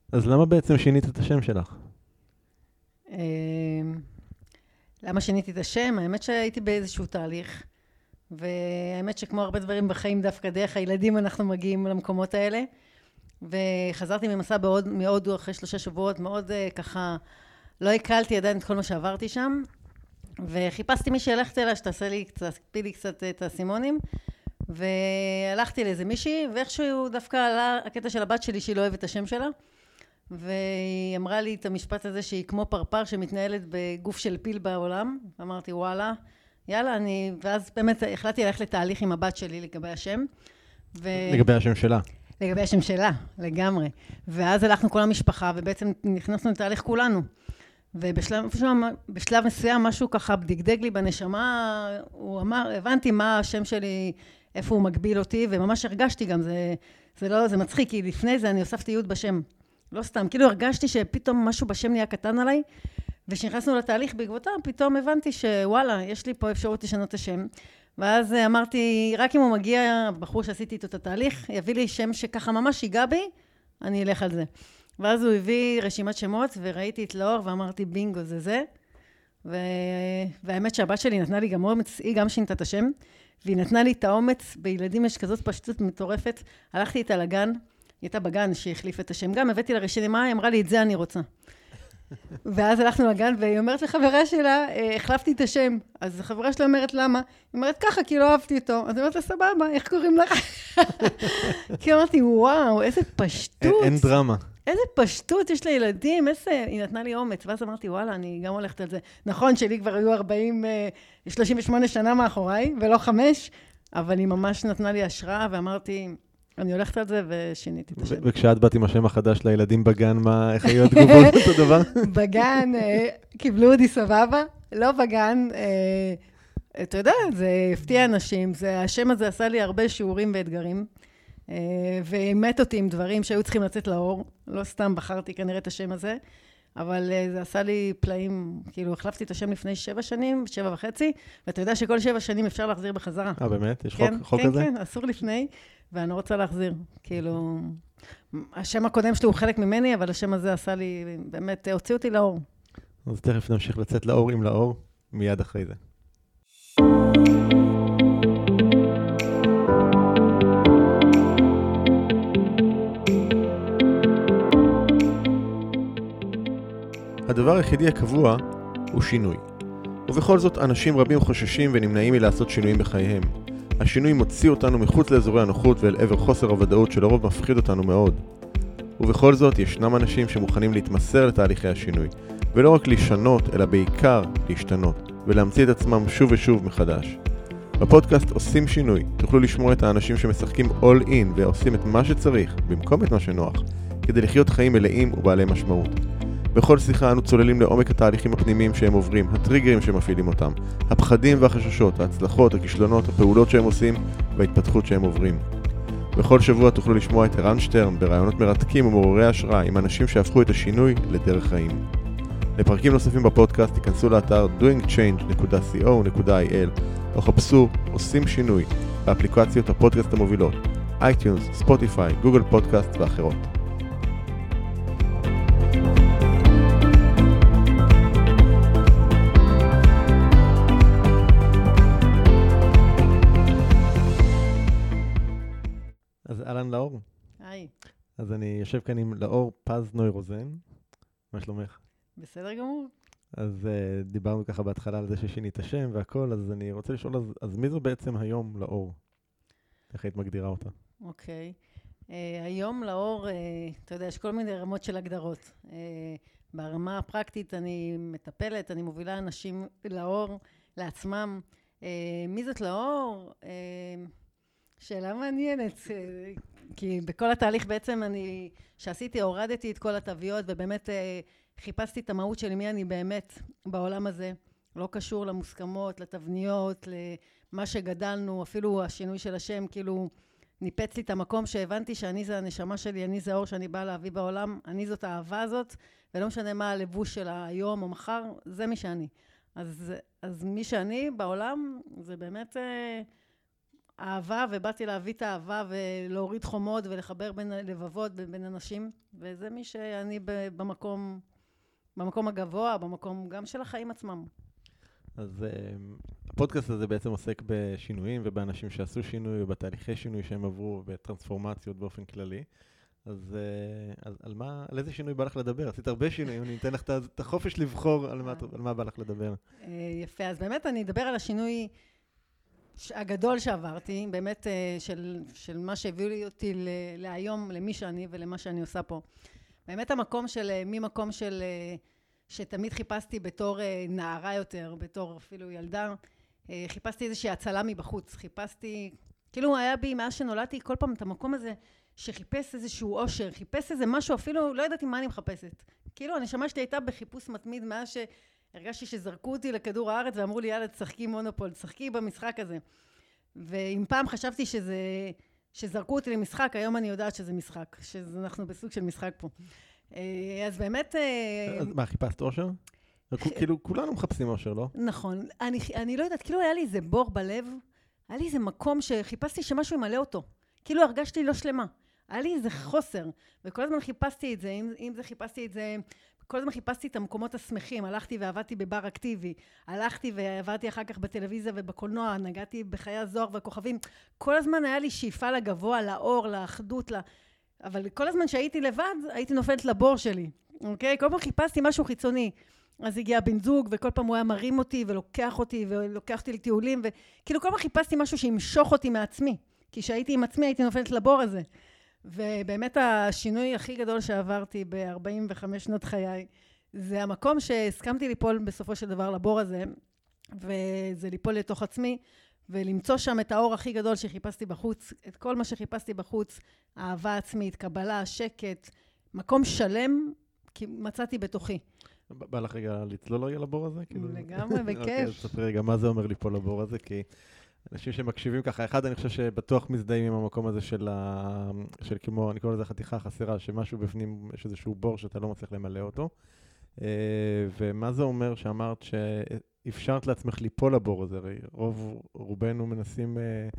אז למה בעצם שינית את השם שלך? למה שיניתי את השם? האמת שהייתי באיזשהו תהליך, והאמת שכמו הרבה דברים בחיים, דווקא דרך הילדים אנחנו מגיעים למקומות האלה, וחזרתי ממסע מהודו אחרי 3 שבועות, מאוד ככה, לא הקלתי עדיין את כל מה שעברתי שם, וחיפשתי מי שהלכת אליה, שתעשי לי קצת את הסימונים, והלכתי לאיזה מישהי, ואיכשהו דווקא עלה הקטע של הבת שלי שהיא לא אוהבת את השם שלה, והיא אמרה לי את המשפט הזה שהיא כמו פרפר שמתנהלת בגוף של פיל בעולם, ואמרתי וואלה, יאללה, ואז באמת החלטתי ללכת לתהליך עם הבת שלי לגבי השם. לגבי השם שלה. לגבי השם שלה, לגמרי. ואז הלכנו כל המשפחה, ובעצם נכנסנו לתהליך כולנו. ובשלב מסוים משהו ככה בדגדג לי בנשמה, הוא אמר, הבנתי מה השם שלי, איפה הוא מגביל אותי, וממש הרגשתי גם, זה מצחיק, כי לפני זה אני הוספתי י' בשם. לא סתם, כאילו הרגשתי שפתאום משהו בשם נהיה קטן עליי, ושנכנסנו לתהליך בעקבותה, פתאום הבנתי שוואלה, יש לי פה אפשרות לשנות את השם. ואז אמרתי, רק אם הוא מגיע, הבחור שעשיתי איתו את התהליך, יביא לי שם שככה ממש ייגע בי, אני אלך על זה. ואז הוא הביא רשימת שמות, וראיתי את לאור, ואמרתי, בינגו, זה. והאמת שהבת שלי נתנה לי גם אומץ, היא גם שינתה את השם, והיא נתנה לי את האומץ, בילדים יש כזאת פשטות מטורפת, הלכתי איתה לגן, היא הייתה בגן שהחליף את השם גם, הבאתי לה רשימה, היא אמרה לי, את זה אני רוצה. ואז הלכנו לגן, והיא אומרת לחברה שלה, החלפתי את השם. אז החברה שלה אומרת, למה? היא אומרת, ככה, כי לא אהבתי אותו. אז היא אומרת לה, סבבה, איך קוראים לך? כי אמרתי, וואו, איזה פשטות. אין דרמה. איזה פשטות יש לילדים, היא נתנה לי אומץ. ואז אמרתי, וואלה, אני גם הולכת על זה. נכון שלי כבר היו 38 שנה מאחוריי, ולא 5, אבל היא ממש נתנה לי השראה, ואמרתי, אני הולכת על זה ושיניתי את השם. וכשאת באת עם השם החדש לילדים בגן, איך היו התגובות אותו דבר? בגן, קיבלו אותי סבבה, לא בגן, אתה יודע, זה הפתיע אנשים, השם הזה עשה לי הרבה שיעורים ואתגרים, והמת אותי עם דברים שהיו צריכים לצאת לאור, לא סתם בחרתי כנראה את השם הזה, אבל זה עשה לי פלאים, כאילו החלפתי את השם לפני 7 שנים, 7.5, ואתה יודע שכל 7 שנים אפשר להחזיר בחזרה. באמת? יש חוק כן, כזה? כן, אסור לפני, ואני רוצה להחזיר. כאילו, השם הקודם שלי הוא חלק ממני, אבל השם הזה עשה לי, באמת, הוציא אותי לאור. אז תכף נמשיך לצאת לאור עם לאור, מיד אחרי זה. הדבר היחידי הקבוע הוא שינוי. ובכל זאת, אנשים רבים חוששים ונמנעים מלעשות שינויים בחייהם. השינוי מוציא אותנו מחוץ לאזורי הנוחות ואל עבר חוסר הוודאות שלרוב מפחיד אותנו מאוד. ובכל זאת, ישנם אנשים שמוכנים להתמסר לתהליכי השינוי, ולא רק לשנות, אלא בעיקר להשתנות, ולהמציא את עצמם שוב ושוב מחדש. בפודקאסט עושים שינוי, תוכלו לשמוע את האנשים שמשחקים all in ועושים את מה שצריך, במקום את מה שנוח, כדי לחיות חיים מלאים ובעלי משמעות. בכל שיחה אנו צוללים לעומק התהליכים הפנימיים שהם עוברים, הטריגרים שמפעילים אותם, הפחדים והחששות, ההצלחות, הכישלונות, הפעולות שהם עושים וההתפתחות שהם עוברים. בכל שבוע תוכלו לשמוע את ערן שטרן ברעיונות מרתקים ומעוררי השראה עם אנשים שהפכו את השינוי לדרך חיים. לפרקים נוספים בפודקאסט תיכנסו לאתר doingchange.co.il או חפשו עושים שינוי באפליקציות הפודקאסט המובילות, אייטיונס, ספוטיפיי, גוגל פודקאסט ואחרות. אז אהלן לאור. היי. אז אני יושב כאן עם לאור פז נוירוזן. מה שלומך? בסדר גמור. אז דיברנו ככה בהתחלה על זה ששינית השם והכל, אז אני רוצה לשאול, אז מי זו בעצם היום לאור? איך היית מגדירה אותה? אוקיי. היום לאור, אתה יודע, יש כל מיני רמות של הגדרות. ברמה הפרקטית אני מטפלת, אני מובילה אנשים לאור, לעצמם. מי זאת לאור? שאלה מעניינת, כי בכל התהליך בעצם שעשיתי, הורדתי את כל התוויות, ובאמת חיפשתי את המהות של מי אני באמת בעולם הזה. לא קשור למוסכמות, לתבניות, למה שגדלנו, אפילו השינוי של השם, כאילו ניפץ לי את המקום שהבנתי שאני זה הנשמה שלי, אני זה האור שאני באה להביא בעולם, אני זאת האהבה הזאת, ולא משנה מה הלבוש של היום או מחר, זה מי שאני. אז מי שאני בעולם זה באמת אהבה, ובאתי להביא את האהבה ולהוריד חומות ולחבר בין לבבות בין אנשים, וזה מי שאני במקום הגבוה, במקום גם של החיים עצמם. אז הפודקאסט הזה בעצם עוסק בשינויים ובאנשים שעשו שינוי ובתהליכי שינוי שהם עברו וטרנספורמציות באופן כללי. אז על איזה שינוי בא לך לדבר? עשית הרבה שינויים, אני אתן לך את החופש לבחור על מה בא לך לדבר. יפה, אז באמת אני אדבר על השינוי הגדול שעברתי, באמת של מה שהביאו לי אותי להיום, למי שאני ולמה שאני עושה פה. באמת המקום ממקום שתמיד חיפשתי בתור נערה יותר, בתור אפילו ילדה, חיפשתי איזושהי הצלה מבחוץ, חיפשתי, כאילו היה בי מאז שנולדתי כל פעם את המקום הזה, שחיפש איזשהו אושר, חיפש איזה משהו, אפילו לא ידעתי מה אני מחפשת. כאילו הנשמה שלי הייתה בחיפוש מתמיד מאז שהרגשתי שזרקו אותי לכדור הארץ ואמרו לי יאללה תשחקי מונופול, תשחקי במשחק הזה. ואם פעם חשבתי שזרקו אותי למשחק, היום אני יודעת שזה משחק, שאנחנו בסוג של משחק פה. אז באמת... אז מה, חיפשת אושר? כאילו כולנו מחפשים אושר, לא? נכון. אני לא יודעת, כאילו היה לי איזה בור בלב, היה לי איזה מקום שחיפשתי שמשהו ימלא אותו. כאילו הרגשתי לא שלמה. היה לי איזה חוסר, וכל הזמן חיפשתי את זה, אם זה חיפשתי את זה, כל הזמן חיפשתי את המקומות השמחים, הלכתי ועבדתי בבר אקטיבי, הלכתי ועבדתי אחר כך בטלוויזיה ובקולנוע, נגעתי בחיי הזוהר והכוכבים, כל הזמן היה לי שאיפה לגבוה, לאור, לאחדות, אבל כל הזמן שהייתי לבד, הייתי נופלת לבור שלי, אוקיי? כל פעם חיפשתי משהו חיצוני, אז הגיע בן זוג, וכל פעם הוא היה מרים אותי, ולוקח אותי לטיולים, וכאילו כל פעם חיפשתי משהו שימשוך אותי מעצמי, כי שהייתי עם עצמי, הייתי נופלת לבור הזה. ובאמת השינוי הכי גדול שעברתי ב-45 שנות חיי, זה המקום שהסכמתי ליפול בסופו של דבר לבור הזה, וזה ליפול לתוך עצמי, ולמצוא שם את האור הכי גדול שחיפשתי בחוץ, את כל מה שחיפשתי בחוץ, אהבה עצמית, קבלה, שקט, מקום שלם, כי מצאתי בתוכי. בא לך רגע לצלול רגע לבור הזה? לגמרי, בכיף. אוקיי, אז תספרי רגע, מה זה אומר ליפול לבור הזה? כי אנשים שמקשיבים ככה, אחד, אני חושב שבטוח מזדהים עם המקום הזה של כמו, אני קורא לזה חתיכה חסרה, שמשהו בפנים, יש איזשהו בור שאתה לא מצליח למלא אותו. ומה זה אומר שאמרת שאפשרת לעצמך ליפול לבור הזה? הרי רובנו מנסים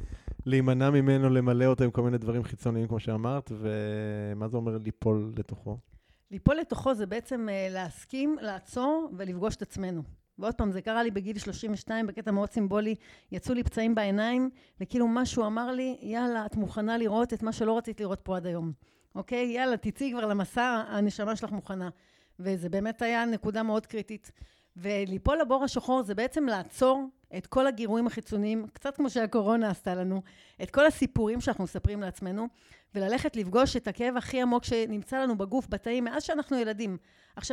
להימנע ממנו, למלא אותו עם כל מיני דברים חיצוניים, כמו שאמרת, ומה זה אומר ליפול לתוכו? ליפול לתוכו זה בעצם להסכים, לעצור ולפגוש את עצמנו. ועוד פעם, זה קרה לי בגיל 32, בקטע מאוד סימבולי, יצאו לי פצעים בעיניים, וכאילו משהו אמר לי, יאללה, את מוכנה לראות את מה שלא רצית לראות פה עד היום. אוקיי? יאללה, תצאי כבר למסע, הנשמה שלך מוכנה. וזה באמת היה נקודה מאוד קריטית. וליפול לבור השחור זה בעצם לעצור את כל הגירויים החיצוניים, קצת כמו שהקורונה עשתה לנו, את כל הסיפורים שאנחנו מספרים לעצמנו, וללכת לפגוש את הכאב הכי עמוק שנמצא לנו בגוף, בתאים, מאז שאנחנו ילדים. עכשיו,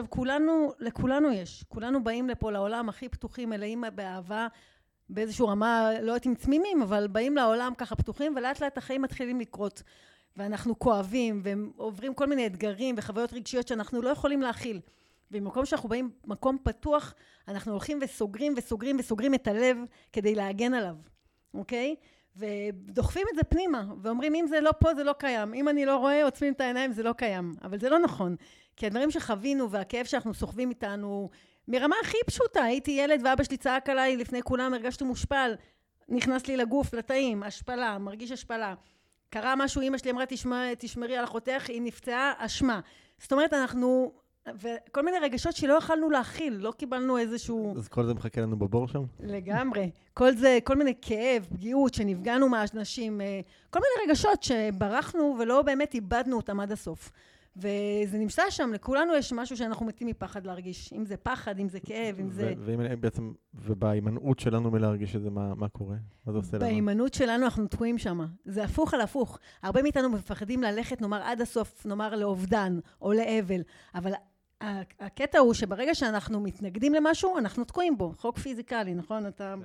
לכולנו יש. כולנו באים לפה לעולם הכי פתוחים, מלאים באהבה, באיזשהו רמה, לא יודעת אם צמימים, אבל באים לעולם ככה פתוחים, ולאט לאט החיים מתחילים לקרות. ואנחנו כואבים, ועוברים כל מיני אתגרים וחוויות רגשיות שאנחנו לא יכולים להכיל. ובמקום שאנחנו באים, מקום פתוח, אנחנו הולכים וסוגרים את הלב כדי להגן עליו. אוקיי? ודוחפים את זה פנימה, ואומרים, אם זה לא פה, זה לא קיים. אם אני לא רואה, עוצמים את העיניים, זה לא קיים. אבל זה לא נכון. כי הדברים שחווינו והכאב שאנחנו סוחבים איתנו, מרמה הכי פשוטה, הייתי ילד ואבא שלי צעק עליי, לפני כולם הרגשתי מושפל, נכנס לי לגוף, לתאים, השפלה, מרגיש השפלה. קרה משהו, אמא שלי אמרה, תשמרי על אחותך, היא נפצעה, אשמה. זאת אומרת, אנחנו, וכל מיני רגשות שלא יכלנו להכיל, לא קיבלנו איזשהו... אז כל זה מחכה לנו בבור שם? לגמרי. כל זה, כל מיני כאב, פגיעות, שנפגענו מהאנשים, כל מיני רגשות שברחנו ולא באמת איבדנו אותם עד הסוף. וזה נמצא שם, לכולנו יש משהו שאנחנו מתים מפחד להרגיש. אם זה פחד, אם זה כאב, אם זה... בעצם, ובהימנעות שלנו מלהרגיש את זה, מה קורה? מה זה עושה לנו? בהימנעות שלנו אנחנו תקועים שם. זה הפוך על הפוך. הרבה מאיתנו מפחדים ללכת, נאמר עד הסוף, נאמר לאובדן או לאבל. אבל הקטע הוא שברגע שאנחנו מתנגדים למשהו, אנחנו תקועים בו. חוק פיזיקלי, נכון?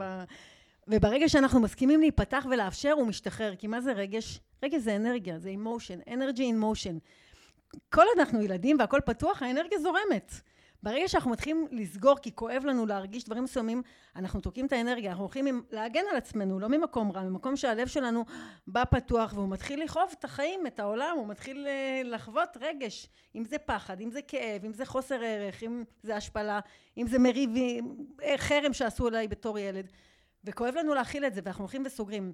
וברגע שאנחנו מסכימים להיפתח ולאפשר, הוא משתחרר. כי מה זה רגש? רגש זה אנרגיה, זה emotion, energy in motion. כל עוד אנחנו ילדים והכל פתוח, האנרגיה זורמת. ברגע שאנחנו מתחילים לסגור, כי כואב לנו להרגיש דברים מסוימים, אנחנו תוקעים את האנרגיה, אנחנו הולכים להגן על עצמנו, לא ממקום רע, ממקום שהלב שלנו בא פתוח, והוא מתחיל לכאוב את החיים, את העולם, הוא מתחיל לחוות רגש, אם זה פחד, אם זה כאב, אם זה חוסר ערך, אם זה השפלה, אם זה מריבים, חרם שעשו עליי בתור ילד, וכואב לנו להכיל את זה, ואנחנו הולכים וסוגרים.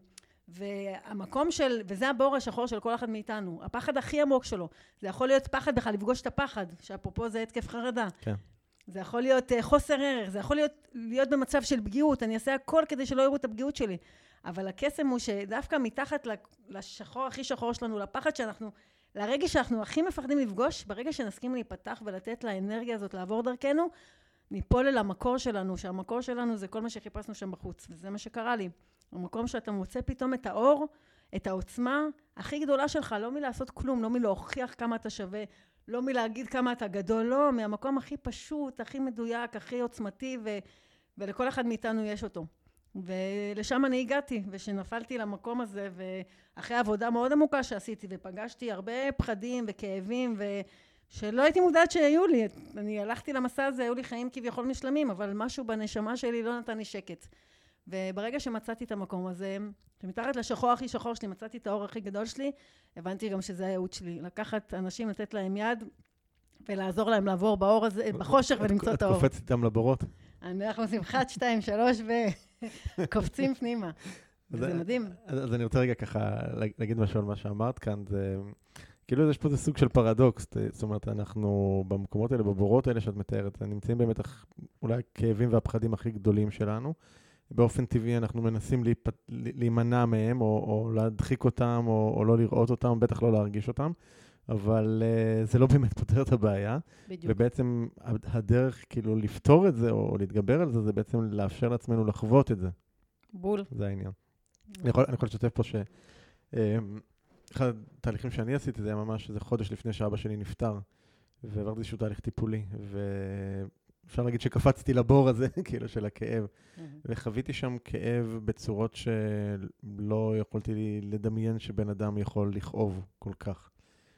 והמקום וזה הבור השחור של כל אחד מאיתנו, הפחד הכי עמוק שלו, זה יכול להיות פחד בכלל לפגוש את הפחד, שאפרופו זה התקף חרדה. כן. זה יכול להיות חוסר ערך, זה יכול להיות במצב של פגיעות, אני אעשה הכל כדי שלא יראו את הפגיעות שלי. אבל הקסם הוא שדווקא מתחת לשחור הכי שחור שלנו, לפחד שאנחנו, לרגע שאנחנו הכי מפחדים לפגוש, ברגע שנסכים להיפתח ולתת לאנרגיה הזאת לעבור דרכנו, ניפול אל המקור שלנו, שהמקור שלנו זה כל מה שחיפשנו שם בחוץ, וזה מה שקרה לי. המקום שאתה מוצא פתאום את האור, את העוצמה הכי גדולה שלך, לא מלעשות כלום, לא מלהוכיח כמה אתה שווה, לא מלהגיד כמה אתה גדול, לא, מהמקום הכי פשוט, הכי מדויק, הכי עוצמתי, ולכל אחד מאיתנו יש אותו. ולשם אני הגעתי, ושנפלתי למקום הזה, ואחרי עבודה מאוד עמוקה שעשיתי, ופגשתי הרבה פחדים וכאבים, שלא הייתי מודעת שהיו לי. אני הלכתי למסע הזה, היו לי חיים כביכול משלמים, אבל משהו בנשמה שלי לא נתן לי שקט. וברגע שמצאתי את המקום הזה, שמתחת לשחור הכי שחור שלי, מצאתי את האור הכי גדול שלי, הבנתי גם שזה הייעוד שלי. לקחת אנשים, לתת להם יד, ולעזור להם לעבור באור הזה, בחושך ולמצוא את האור. את קופצת איתם לבורות? אנחנו עושים 1, 2, 3 וקופצים פנימה. זה מדהים. אז אני רוצה רגע ככה להגיד משהו על מה שאמרת כאן, זה כאילו יש פה איזה סוג של פרדוקס, זאת אומרת, אנחנו במקומות האלה, בבורות האלה שאת מתארת, נמצאים באמת אולי הכאבים והפחדים הכי גדולים שלנו, באופן טבעי אנחנו מנסים להימנע מהם, או להדחיק אותם, או לא לראות אותם, בטח לא להרגיש אותם, אבל זה לא באמת פותר את הבעיה. בדיוק. ובעצם הדרך כאילו לפתור את זה, או להתגבר על זה, זה בעצם לאפשר לעצמנו לחוות את זה. בול. זה העניין. אני יכול לשתף פה אחד התהליכים שאני עשיתי, זה היה ממש איזה חודש לפני שאבא שלי נפטר, ועברתי איזשהו תהליך טיפולי, אפשר להגיד שקפצתי לבור הזה, כאילו של הכאב, וחוויתי שם כאב בצורות שלא יכולתי לדמיין שבן אדם יכול לכאוב כל כך.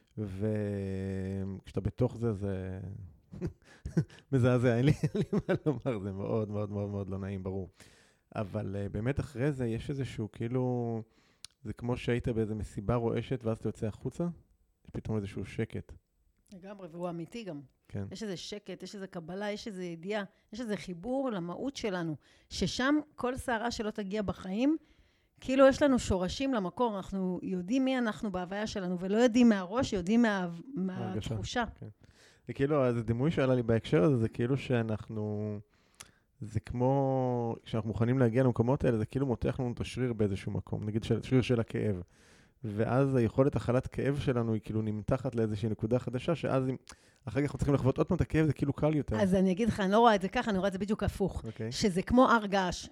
וכשאתה בתוך זה, זה מזעזע, אין לי מה לומר, זה מאוד מאוד מאוד מאוד לא נעים, ברור. אבל באמת אחרי זה יש איזשהו כאילו, זה כמו שהיית באיזו מסיבה רועשת, ואז אתה יוצא החוצה, יש פתאום איזשהו שקט. לגמרי, והוא אמיתי גם. כן. יש איזה שקט, יש איזה קבלה, יש איזה ידיעה, יש איזה חיבור למהות שלנו, ששם כל שערה שלא תגיע בחיים, כאילו יש לנו שורשים למקור, אנחנו יודעים מי אנחנו בהוויה שלנו, ולא יודעים מהראש, יודעים מהתחושה. כן. זה כאילו, אז הדימוי שעלה לי בהקשר הזה, זה כאילו שאנחנו, זה כמו, כשאנחנו מוכנים להגיע למקומות האלה, זה כאילו מותח לנו את השריר באיזשהו מקום, נגיד שריר של הכאב. ואז היכולת החלת כאב שלנו היא כאילו נמתחת לאיזושהי נקודה חדשה, שאז אחר כך אנחנו צריכים לחוות עוד פעם את הכאב, זה כאילו קל יותר. אז אני אגיד לך, אני לא רואה את זה ככה, אני רואה את זה בדיוק הפוך. שזה כמו הר געש.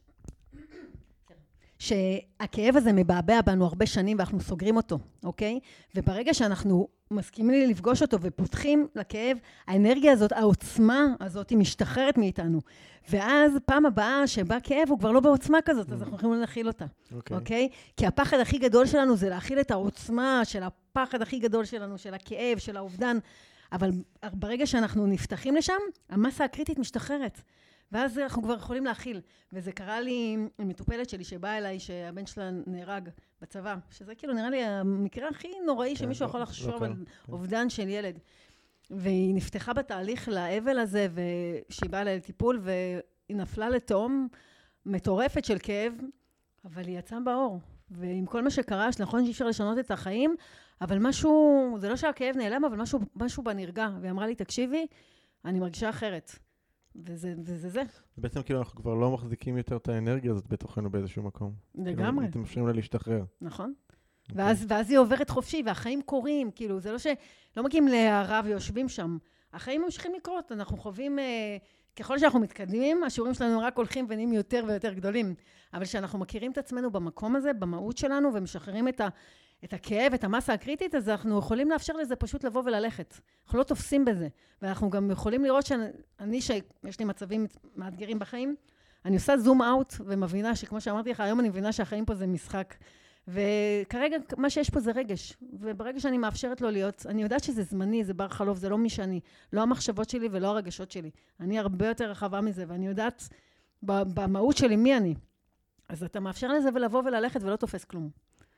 שהכאב הזה מבעבע בנו הרבה שנים ואנחנו סוגרים אותו, אוקיי? וברגע שאנחנו מסכימים לפגוש אותו ופותחים לכאב, האנרגיה הזאת, העוצמה הזאת היא משתחררת מאיתנו. ואז פעם הבאה שבא כאב הוא כבר לא בעוצמה כזאת, אז אנחנו יכולים להכיל אותה, אוקיי? כי הפחד הכי גדול שלנו זה להכיל את העוצמה של הפחד הכי גדול שלנו, של הכאב, של האובדן. אבל ברגע שאנחנו נפתחים לשם, המסה הקריטית משתחררת. ואז אנחנו כבר יכולים להכיל. וזה קרה לי עם מטופלת שלי שבאה אליי, שהבן שלה נהרג בצבא, שזה כאילו נראה לי המקרה הכי נוראי שמישהו יכול לחשוב על אובדן של ילד. והיא נפתחה בתהליך לאבל הזה, ושהיא באה אליי לטיפול, והיא נפלה לתהום מטורפת של כאב, אבל היא יצאה באור. ועם כל מה שקרה, נכון שאי אפשר לשנות את החיים, אבל משהו, זה לא שהכאב נעלם, אבל משהו בנרגע. והיא אמרה לי, תקשיבי, אני מרגישה אחרת. וזה. ובעצם כאילו אנחנו כבר לא מחזיקים יותר את האנרגיה הזאת בתוכנו באיזשהו מקום. לגמרי. אתם אפשרים לה להשתחרר. נכון. ואז היא עוברת חופשי, והחיים קורים, כאילו, זה לא שלא מגיעים להערה ויושבים שם. החיים ממשיכים לקרות, אנחנו חווים, ככל שאנחנו מתקדמים, השיעורים שלנו רק הולכים ונהיים יותר ויותר גדולים. אבל כשאנחנו מכירים את עצמנו במקום הזה, במהות שלנו, ומשחררים את הכאב, את המסה הקריטית, אז אנחנו יכולים לאפשר לזה פשוט לבוא וללכת. אנחנו לא תופסים בזה. ואנחנו גם יכולים לראות שיש לי מצבים מאתגרים בחיים, אני עושה זום אאוט ומבינה שכמו שאמרתי לך, היום אני מבינה שהחיים פה זה משחק. וכרגע מה שיש פה זה רגש. וברגע שאני מאפשרת לו להיות, אני יודעת שזה זמני, זה בר חלוף, זה לא מי שאני. לא המחשבות שלי ולא הרגשות שלי. אני הרבה יותר רחבה מזה, ואני יודעת במהות שלי מי אני. אז אתה מאפשר לזה ולבוא וללכת ולא תופס כלום.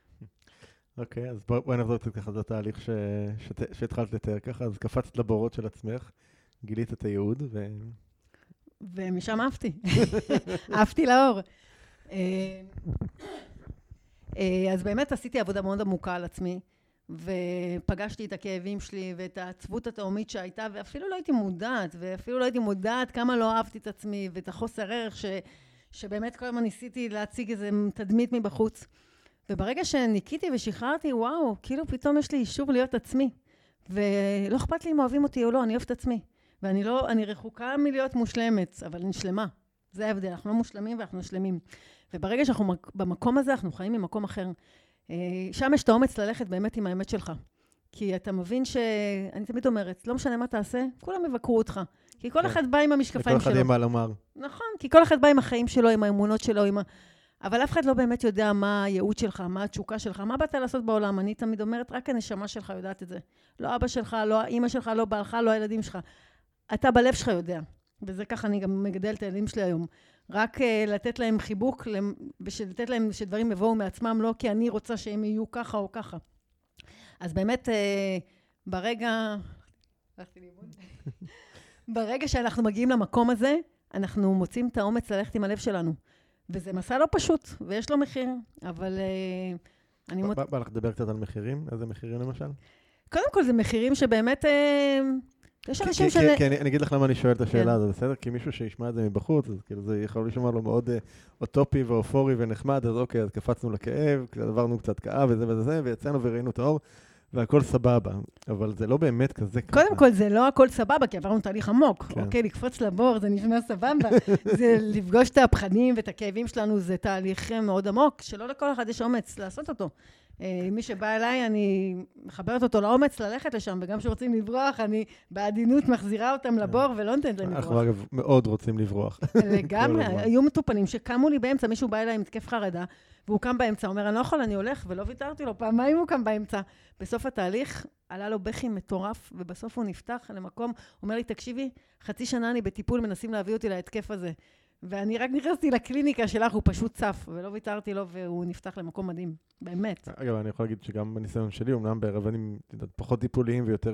אוקיי, אז בואי נחזור קצת ככה, זה התהליך שהתחלת לתאר ככה, אז קפצת לבורות של עצמך, גילית את הייעוד, ומשם אהבתי. אהבתי לאור. אז באמת עשיתי עבודה מאוד עמוקה על עצמי, ופגשתי את הכאבים שלי ואת העצבות התאומית שהייתה, ואפילו לא הייתי מודעת כמה לא אהבתי את עצמי, ואת החוסר ערך שבאמת כל הזמן ניסיתי להציג איזה תדמית מבחוץ. וברגע שניקיתי ושחררתי, וואו, כאילו פתאום יש לי אישור להיות עצמי. ולא אכפת לי אם אוהבים אותי או לא, אני אוהבת עצמי. אני רחוקה מלהיות מושלמת, אבל אני שלמה. זה ההבדל, אנחנו לא מושלמים ואנחנו שלמים. וברגע שאנחנו במקום הזה, אנחנו חיים ממקום אחר. שם יש את האומץ ללכת באמת עם האמת שלך. כי אתה מבין אני תמיד אומרת, לא משנה מה תעשה, כולם יבקרו אותך. כי כל אחד בא עם המשקפיים שלו. וכל אחד יהיה מה לומר. נכון, כי כל אחד בא עם החיים שלו, עם האמונות שלו, אבל אף אחד לא באמת יודע מה הייעוד שלך, מה התשוקה שלך, מה באת לעשות בעולם. אני תמיד אומרת, רק הנשמה שלך יודעת את זה. לא אבא שלך, לא אמא שלך, לא בעלך, לא הילדים שלך. אתה בלב שלך יודע. וזה ככה אני גם מגדל את הילדים שלי היום. רק לתת להם חיבוק, ולתת להם שדברים יבואו מעצמם, לא כי אני רוצה שהם יהיו ככה או ככה. אז באמת, ברגע שאנחנו מגיעים למקום הזה, אנחנו מוצאים את האומץ ללכת עם הלב שלנו. וזה מסע לא פשוט, ויש לו מחיר, אבל בא לך לדבר קצת על מחירים? איזה מחירים למשל? קודם כל, זה מחירים שבאמת יש אנשים כי אני אגיד לך למה אני שואל את השאלה הזאת, בסדר? כי מישהו שישמע את זה מבחוץ, אז כאילו זה יכול לשמוע לו מאוד אוטופי ואופורי ונחמד, אז אוקיי, אז קפצנו לכאב, עברנו קצת כאב וזה וזה, ויצאנו וראינו את האור, והכל סבבה. אבל זה לא באמת כזה ככה. קודם כל, זה לא הכל סבבה, כי עברנו תהליך עמוק. אוקיי, לקפוץ לבור, זה נשמע סבבה. זה לפגוש את הפחדים ואת הכאבים שלנו, זה תהליך מאוד עמוק, שלא לכל אחד יש אומץ לעשות אותו. מי שבא אליי, אני מחברת אותו לאומץ ללכת לשם, וגם שרוצים לברוח, אני בעדינות מחזירה אותם לבור ולא נותנת להם לברוח. אנחנו אגב מאוד רוצים לברוח. לגמרי, היו מטופלים שקמו לי באמצע, מישהו בא אליי עם התקף חרדה, והוא קם באמצע, אומר, אני לא יכול, אני הולך, ולא ויתרתי לו, פעמיים הוא קם באמצע. בסוף התהליך עלה לו בכי מטורף, ובסוף הוא נפתח למקום, הוא אומר לי, תקשיבי, 0.5 שנה אני בטיפול, מנסים להביא אותי להתקף הזה. ואני רק נכנסתי לקליניקה שלך, הוא פשוט צף, ולא ויתרתי לו, והוא נפתח למקום מדהים, באמת. אגב, אני יכול להגיד שגם בניסיון שלי, אמנם ברבנים פחות טיפוליים ויותר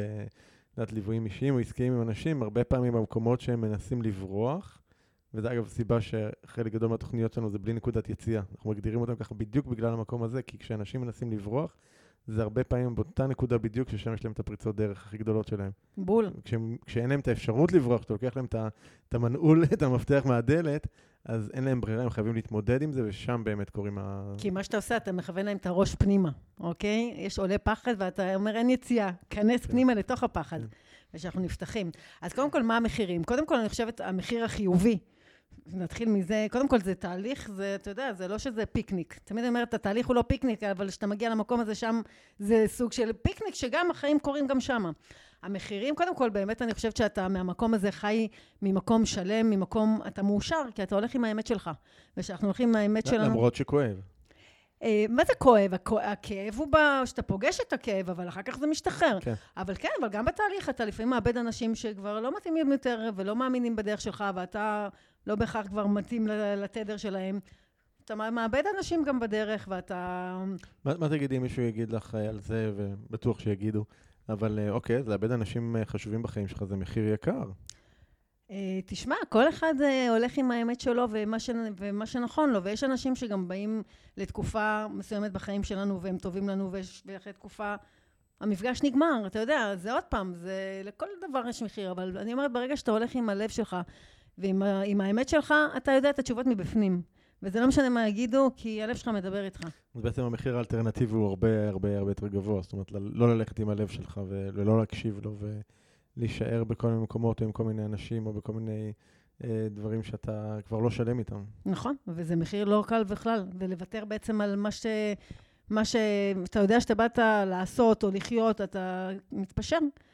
ליוויים אישיים או עסקיים עם אנשים, הרבה פעמים במקומות שהם מנסים לברוח, וזה אגב סיבה שחלק גדול מהתוכניות שלנו זה בלי נקודת יציאה. אנחנו מגדירים אותם ככה בדיוק בגלל המקום הזה, כי כשאנשים מנסים לברוח, זה הרבה פעמים באותה נקודה בדיוק ששם יש להם את הפריצות דרך הכי גדולות שלהם. בול. כשאין להם את האפשרות לברוח, שאתה לוקח להם את המנעול, את המפתח מהדלת, אז אין להם ברירה, הם חייבים להתמודד עם זה, ושם באמת קוראים כי מה שאתה עושה, אתה מכוון להם את הראש פנימה, אוקיי? יש עולה פחד, ואתה אומר, אין יציאה, כנס פנימה לתוך הפחד, ושאנחנו נפתחים. אז קודם כל, מה המחירים? קודם כל, אני חושבת, המחיר החיובי, נתחיל מזה, קודם כל זה תהליך, זה, אתה יודע, זה לא שזה פיקניק. תמיד אומרת, התהליך הוא לא פיקניק, אבל כשאתה מגיע למקום הזה שם, זה סוג של פיקניק, שגם החיים קורים גם שם. המחירים, קודם כל, באמת אני חושבת שאתה מהמקום הזה חי ממקום שלם, ממקום, אתה מאושר, כי אתה הולך עם האמת שלך. ושאנחנו הולכים עם האמת שלנו. למרות שכואב. מה זה כואב? הכאב הוא שאתה פוגש את הכאב, אבל אחר כך זה משתחרר. כן. אבל כן, אבל גם בתהליך, אתה לפעמים מאבד אנשים שכבר לא מתאימים יותר, ולא מאמינים בדרך שלך, ואתה לא בהכרח כבר מתאים לתדר שלהם. אתה מאבד אנשים גם בדרך, ואתה... מה תגידי אם מישהו יגיד לך על זה, ובטוח שיגידו, אבל אוקיי, אז לאבד אנשים חשובים בחיים שלך זה מחיר יקר. תשמע, כל אחד הולך עם האמת שלו ומה שנכון לו, ויש אנשים שגם באים לתקופה מסוימת בחיים שלנו, והם טובים לנו, ואחרי תקופה המפגש נגמר, אתה יודע, זה עוד פעם, זה לכל דבר יש מחיר, אבל אני אומרת, ברגע שאתה הולך עם הלב שלך, ועם האמת שלך, אתה יודע את התשובות מבפנים. וזה לא משנה מה יגידו, כי הלב שלך מדבר איתך. אז בעצם המחיר האלטרנטיבי הוא הרבה הרבה הרבה יותר גבוה, זאת אומרת, לא ללכת עם הלב שלך, ולא להקשיב לו, להישאר בכל מיני מקומות, או עם כל מיני אנשים, או בכל מיני דברים שאתה כבר לא שלם איתם. נכון, וזה מחיר לא קל בכלל, ולוותר בעצם על מה שאתה יודע שאתה באת לעשות או לחיות, אתה מתפשר.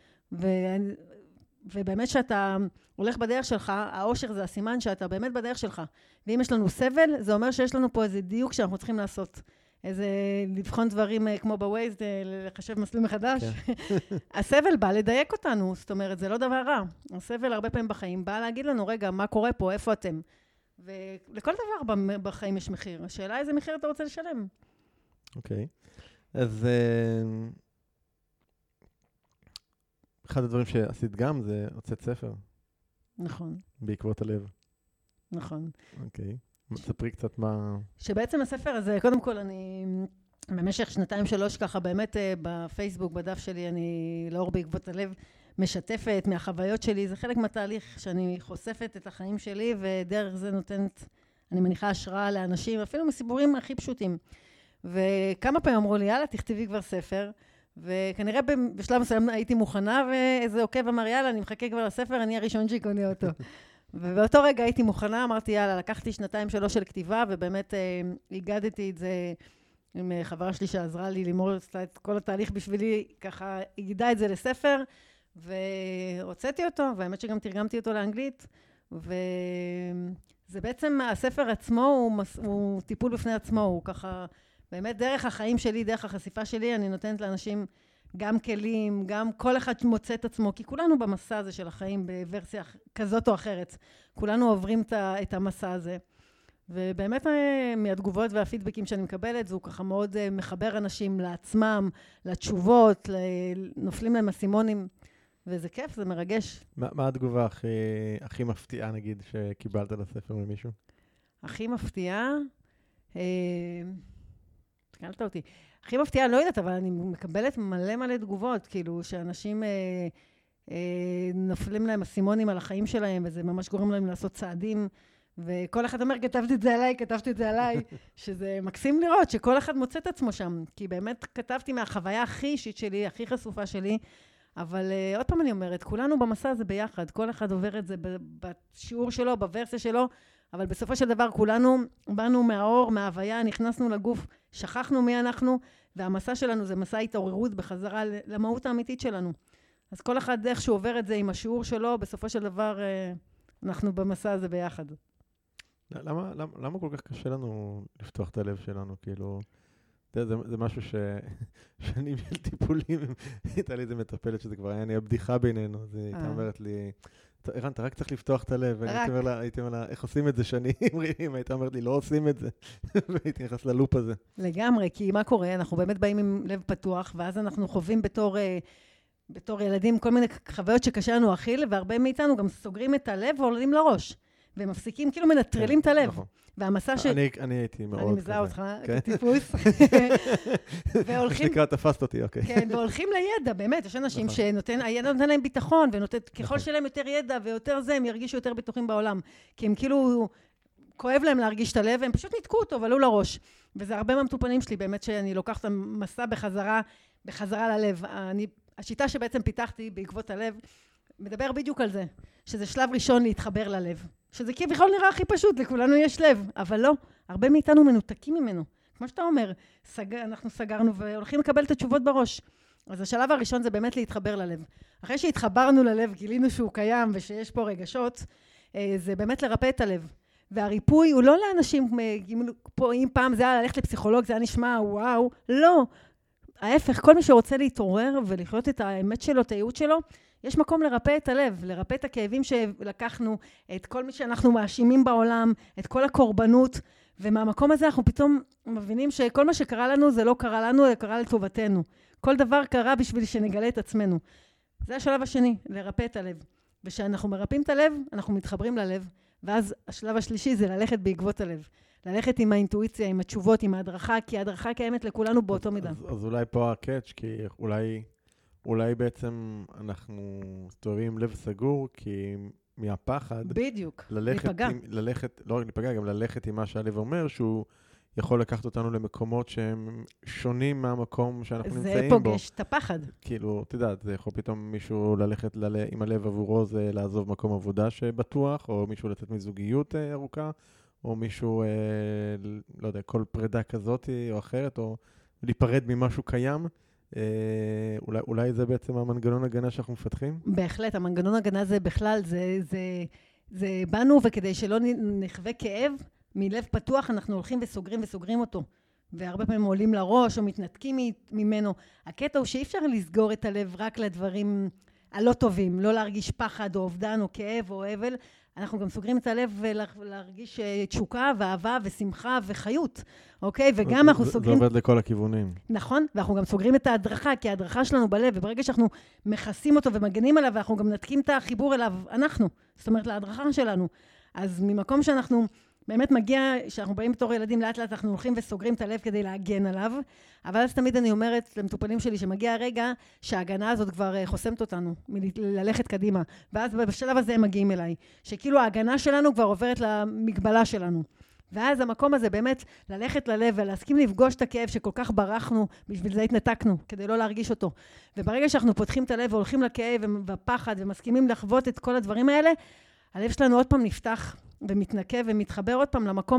ובאמת שאתה הולך בדרך שלך, האושר זה הסימן שאתה באמת בדרך שלך. ואם יש לנו סבל, זה אומר שיש לנו פה איזה דיוק שאנחנו צריכים לעשות. איזה לבחון דברים כמו בווייז, לחשב מסלול מחדש. הסבל בא לדייק אותנו, זאת אומרת, זה לא דבר רע. הסבל הרבה פעמים בחיים בא להגיד לנו, רגע, מה קורה פה, איפה אתם? ולכל דבר בחיים יש מחיר. השאלה איזה מחיר אתה רוצה לשלם. אוקיי. אז אחד הדברים שעשית גם זה הוצאת ספר. נכון. בעקבות הלב. נכון. אוקיי. תספרי קצת מה... שבעצם הספר הזה, קודם כל אני במשך 2-3 ככה באמת בפייסבוק, בדף שלי, אני לאור בעקבות הלב משתפת מהחוויות שלי, זה חלק מהתהליך שאני חושפת את החיים שלי, ודרך זה נותנת, אני מניחה השראה לאנשים, אפילו מסיפורים הכי פשוטים. וכמה פעמים אמרו לי, יאללה, תכתבי כבר ספר, וכנראה בשלב מסוים הייתי מוכנה, ואיזה עוקב אמר, יאללה, אני מחכה כבר לספר, אני הראשון שיקונה אותו. ובאותו רגע הייתי מוכנה, אמרתי, יאללה, לקחתי 2-3 של כתיבה, ובאמת הגדתי את זה עם חברה שלי שעזרה לי לימור את כל התהליך בשבילי, ככה הגדה את זה לספר, והוצאתי אותו, והאמת שגם תרגמתי אותו לאנגלית, וזה בעצם, הספר עצמו הוא טיפול בפני עצמו, הוא ככה, באמת דרך החיים שלי, דרך החשיפה שלי, אני נותנת לאנשים גם כלים, גם כל אחד מוצא את עצמו, כי כולנו במסע הזה של החיים בוורסיה כזאת או אחרת, כולנו עוברים את המסע הזה. ובאמת מהתגובות והפידבקים שאני מקבלת, זו ככה מאוד מחבר אנשים לעצמם, לתשובות, נופלים להם אסימונים, וזה כיף, זה מרגש. מה התגובה הכי מפתיעה, נגיד, שקיבלת לספר ממישהו? הכי מפתיעה? תקלת אותי. הכי מפתיעה, לא יודעת, אבל אני מקבלת מלא תגובות, כאילו שאנשים נופלים להם אסימונים על החיים שלהם, וזה ממש גורם להם לעשות צעדים, וכל אחד אומר, כתבתי את זה עליי, שזה מקסים לראות שכל אחד מוצא את עצמו שם, כי באמת כתבתי מהחוויה הכי אישית שלי, הכי חשופה שלי, אבל עוד פעם אני אומרת, כולנו במסע הזה ביחד, כל אחד עובר את זה בשיעור שלו, בוורסיה שלו, אבל בסופו של דבר כולנו באנו מהאור, מההוויה, נכנסנו לגוף, שכחנו מי אנחנו, והמסע שלנו זה מסע התעוררות בחזרה למהות האמיתית שלנו. אז כל אחד איך שהוא עובר את זה עם השיעור שלו, בסופו של דבר אנחנו במסע הזה ביחד. למה כל כך קשה לנו לפתוח את הלב שלנו? כאילו, זה משהו שנים של טיפולים, הייתה לי איזה מטפלת שזה כבר היה נהיה בדיחה בינינו, אז היא הייתה אומרת לי, ערן, אתה רק צריך לפתוח את הלב, והייתי אומר לה, איך עושים את זה שנים? הייתה אומרת לי, לא עושים את זה, והייתי נכנס ללופ הזה. לגמרי, כי מה קורה? אנחנו באמת באים עם לב פתוח, ואז אנחנו חווים בתור ילדים כל מיני חוויות שקשה לנו להכיל, והרבה מאיתנו גם סוגרים את הלב ועולים לראש. ומפסיקים, כאילו מנטרלים את הלב. והמסע אני הייתי מאוד כזה. אני מזהה אותך, טיפוס. שנקרא, תפסת אותי, אוקיי. כן, והולכים לידע, באמת. יש אנשים שהידע נותן להם ביטחון, וככל שלהם יותר ידע ויותר זה, הם ירגישו יותר בטוחים בעולם. כי הם כאילו, כואב להם להרגיש את הלב, הם פשוט ניתקו אותו, ועלו לראש. וזה הרבה מהמטופנים שלי, באמת שאני לוקחת מסע בחזרה ללב. השיטה שבעצם פיתחתי בעקבות הלב, מדבר בדיוק על זה, שזה שלב ראשון להתחבר ללב. שזה כביכול נראה הכי פשוט, לכולנו יש לב, אבל לא, הרבה מאיתנו מנותקים ממנו. כמו שאתה אומר, אנחנו סגרנו והולכים לקבל את התשובות בראש. אז השלב הראשון זה באמת להתחבר ללב. אחרי שהתחברנו ללב, גילינו שהוא קיים ושיש פה רגשות, זה באמת לרפא את הלב. והריפוי הוא לא לאנשים, אם פעם זה היה ללכת לפסיכולוג, זה היה נשמע וואו, לא. ההפך, כל מי שרוצה להתעורר ולחיות את האמת שלו, את הייעוד שלו, יש מקום לרפא את הלב, לרפא את הכאבים שלקחנו, את כל מי שאנחנו מאשימים בעולם, את כל הקורבנות, ומהמקום הזה אנחנו פתאום מבינים שכל מה שקרה לנו זה לא קרה לנו, אלא קרה לטובתנו. כל דבר קרה בשביל שנגלה את עצמנו. זה השלב השני, לרפא את הלב. ושאנחנו מרפאים את הלב, אנחנו מתחברים ללב, ואז השלב השלישי זה ללכת בעקבות הלב. ללכת עם האינטואיציה, עם התשובות, עם ההדרכה, כי ההדרכה קיימת לכולנו באותו מידה. אז אולי פה הקאץ', כי אולי בעצם אנחנו מסתובבים עם לב סגור, כי מהפחד... בדיוק, ללכת, לא רק להיפגע, גם ללכת עם מה שהלב אומר, שהוא יכול לקחת אותנו למקומות שהם שונים מהמקום שאנחנו נמצאים בו. זה פוגש את הפחד. כאילו, תדעת, זה יכול פתאום מישהו ללכת עם הלב עבורו, זה לעזוב מקום עבודה שבטוח, או מישהו לצאת מזוגיות ארוכה, או מישהו, לא יודע, כל פרידה כזאת או אחרת, או להיפרד ממשהו קיים. אולי זה בעצם המנגנון הגנה שאנחנו מפתחים? בהחלט, המנגנון הגנה זה בכלל, זה בנו, וכדי שלא נחווה כאב, מלב פתוח אנחנו הולכים וסוגרים אותו. והרבה פעמים עולים לראש או מתנתקים ממנו. הקטע הוא שאי אפשר לסגור את הלב רק לדברים הלא טובים, לא להרגיש פחד או אובדן או כאב או אבל. אנחנו גם סוגרים את הלב ולהרגיש תשוקה ואהבה ושמחה וחיות, אוקיי? וגם אנחנו סוגרים... זה עובד לכל הכיוונים. נכון, ואנחנו גם סוגרים את ההדרכה, כי ההדרכה שלנו בלב, וברגע שאנחנו מכסים אותו ומגנים עליו, ואנחנו גם נתקים את החיבור אליו, אנחנו, זאת אומרת, להדרכה שלנו. אז ממקום שאנחנו באמת מגיע, שאנחנו באים בתור ילדים, לאט לאט אנחנו הולכים וסוגרים את הלב כדי להגן עליו, אבל אז תמיד אני אומרת למטופלים שלי שמגיע הרגע שההגנה הזאת כבר חוסמת אותנו ללכת קדימה, ואז בשלב הזה הם מגיעים אליי, שכאילו ההגנה שלנו כבר עוברת למגבלה שלנו. ואז המקום הזה באמת ללכת ללב ולהסכים לפגוש את הכאב שכל כך ברחנו, בשביל זה התנתקנו, כדי לא להרגיש אותו. וברגע שאנחנו פותחים את הלב והולכים לכאב והפחד ומסכימים לחוות את כל הדברים האלה, הלב שלנו עוד פעם נפתח ומתנקה ומתחבר עוד פעם למקום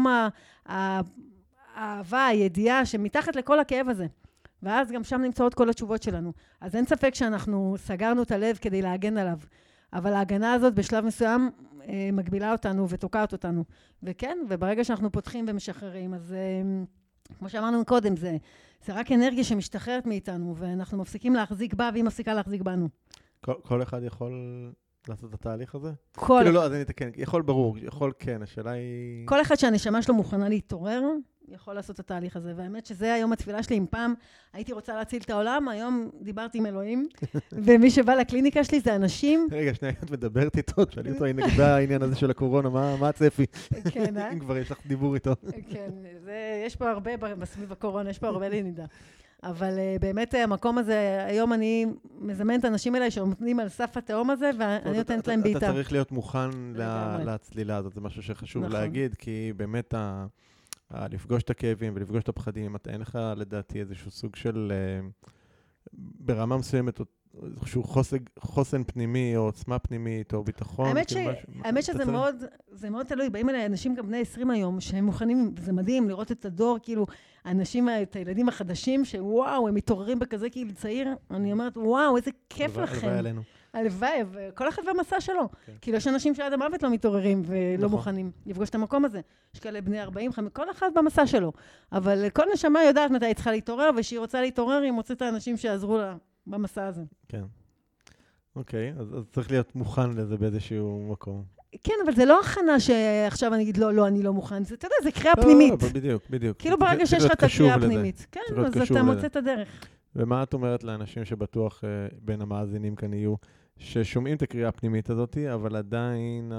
האהבה, הידיעה שמתחת לכל הכאב הזה. ואז גם שם נמצאות כל התשובות שלנו. אז אין ספק שאנחנו סגרנו את הלב כדי להגן עליו. אבל ההגנה הזאת בשלב מסוים מגבילה אותנו ותוקעת אותנו. וכן, וברגע שאנחנו פותחים ומשחררים, אז כמו שאמרנו קודם, זה רק אנרגיה שמשתחררת מאיתנו, ואנחנו מפסיקים להחזיק בה, והיא מפסיקה להחזיק בנו. כל אחד יכול לעשות את התהליך הזה? כל כאילו לא, אז אני אתקן, יכול ברור, יכול כן, השאלה היא... כל אחד שהנשמה שלו מוכנה להתעורר, יכול לעשות את התהליך הזה, והאמת שזה היום התפילה שלי, אם פעם הייתי רוצה להציל את העולם, היום דיברתי עם אלוהים, ומי שבא לקליניקה שלי זה אנשים... רגע, שנייה, את מדברת איתו, תשאלי אותו, הנה נגבי העניין הזה של הקורונה, מה הצפי? כן, אם כבר יש לך דיבור איתו. כן, יש פה הרבה, בסביב הקורונה, יש פה הרבה לנידה. אבל באמת המקום הזה, היום אני מזמנת אנשים אליי שעומדים על סף התהום הזה, ואני נותנת להם בעיטה. אתה צריך להיות מוכן לצלילה הזאת, זה משהו שחשוב להגיד, כי באמת לפגוש את הכאבים ולפגוש את הפחדים, אין לך לדעתי איזשהו סוג של, ברמה מסוימת, איזשהו חוסן פנימי, או עוצמה פנימית, או ביטחון. האמת שזה מאוד תלוי, באים אליי אנשים גם בני 20 היום, שהם מוכנים, וזה מדהים לראות את הדור, כאילו, האנשים, את הילדים החדשים, שוואו, הם מתעוררים בכזה כאילו צעיר, אני אומרת, וואו, איזה כיף לכם. הלוואי עלינו. הלוואי, וכל אחד במסע שלו. כאילו, יש אנשים שעד המוות לא מתעוררים ולא מוכנים לפגוש את המקום הזה. יש כאלה בני 40, כל אחד במסע שלו. אבל כל נשמה יודעת מתי היא צריכה להתעורר, ושהיא רוצה להתעורר, היא מוצאת את האנשים שיעזרו לה במסע הזה. כן. אוקיי, אז צריך להיות מוכן לזה באיזשהו מקום. כן, אבל זה לא הכנה שעכשיו אני אגיד, לא, אני לא מוכן. אתה יודע, זה קריאה פנימית. בדיוק. כאילו ברגע שיש לך את הקריאה הפנימית. כן, אז אתה מוצא את הדרך. ומה את אומרת לאנשים שבטוח בין המאזינים כאן יהיו, ששומעים את הקריאה הפנימית הזאת, אבל עדיין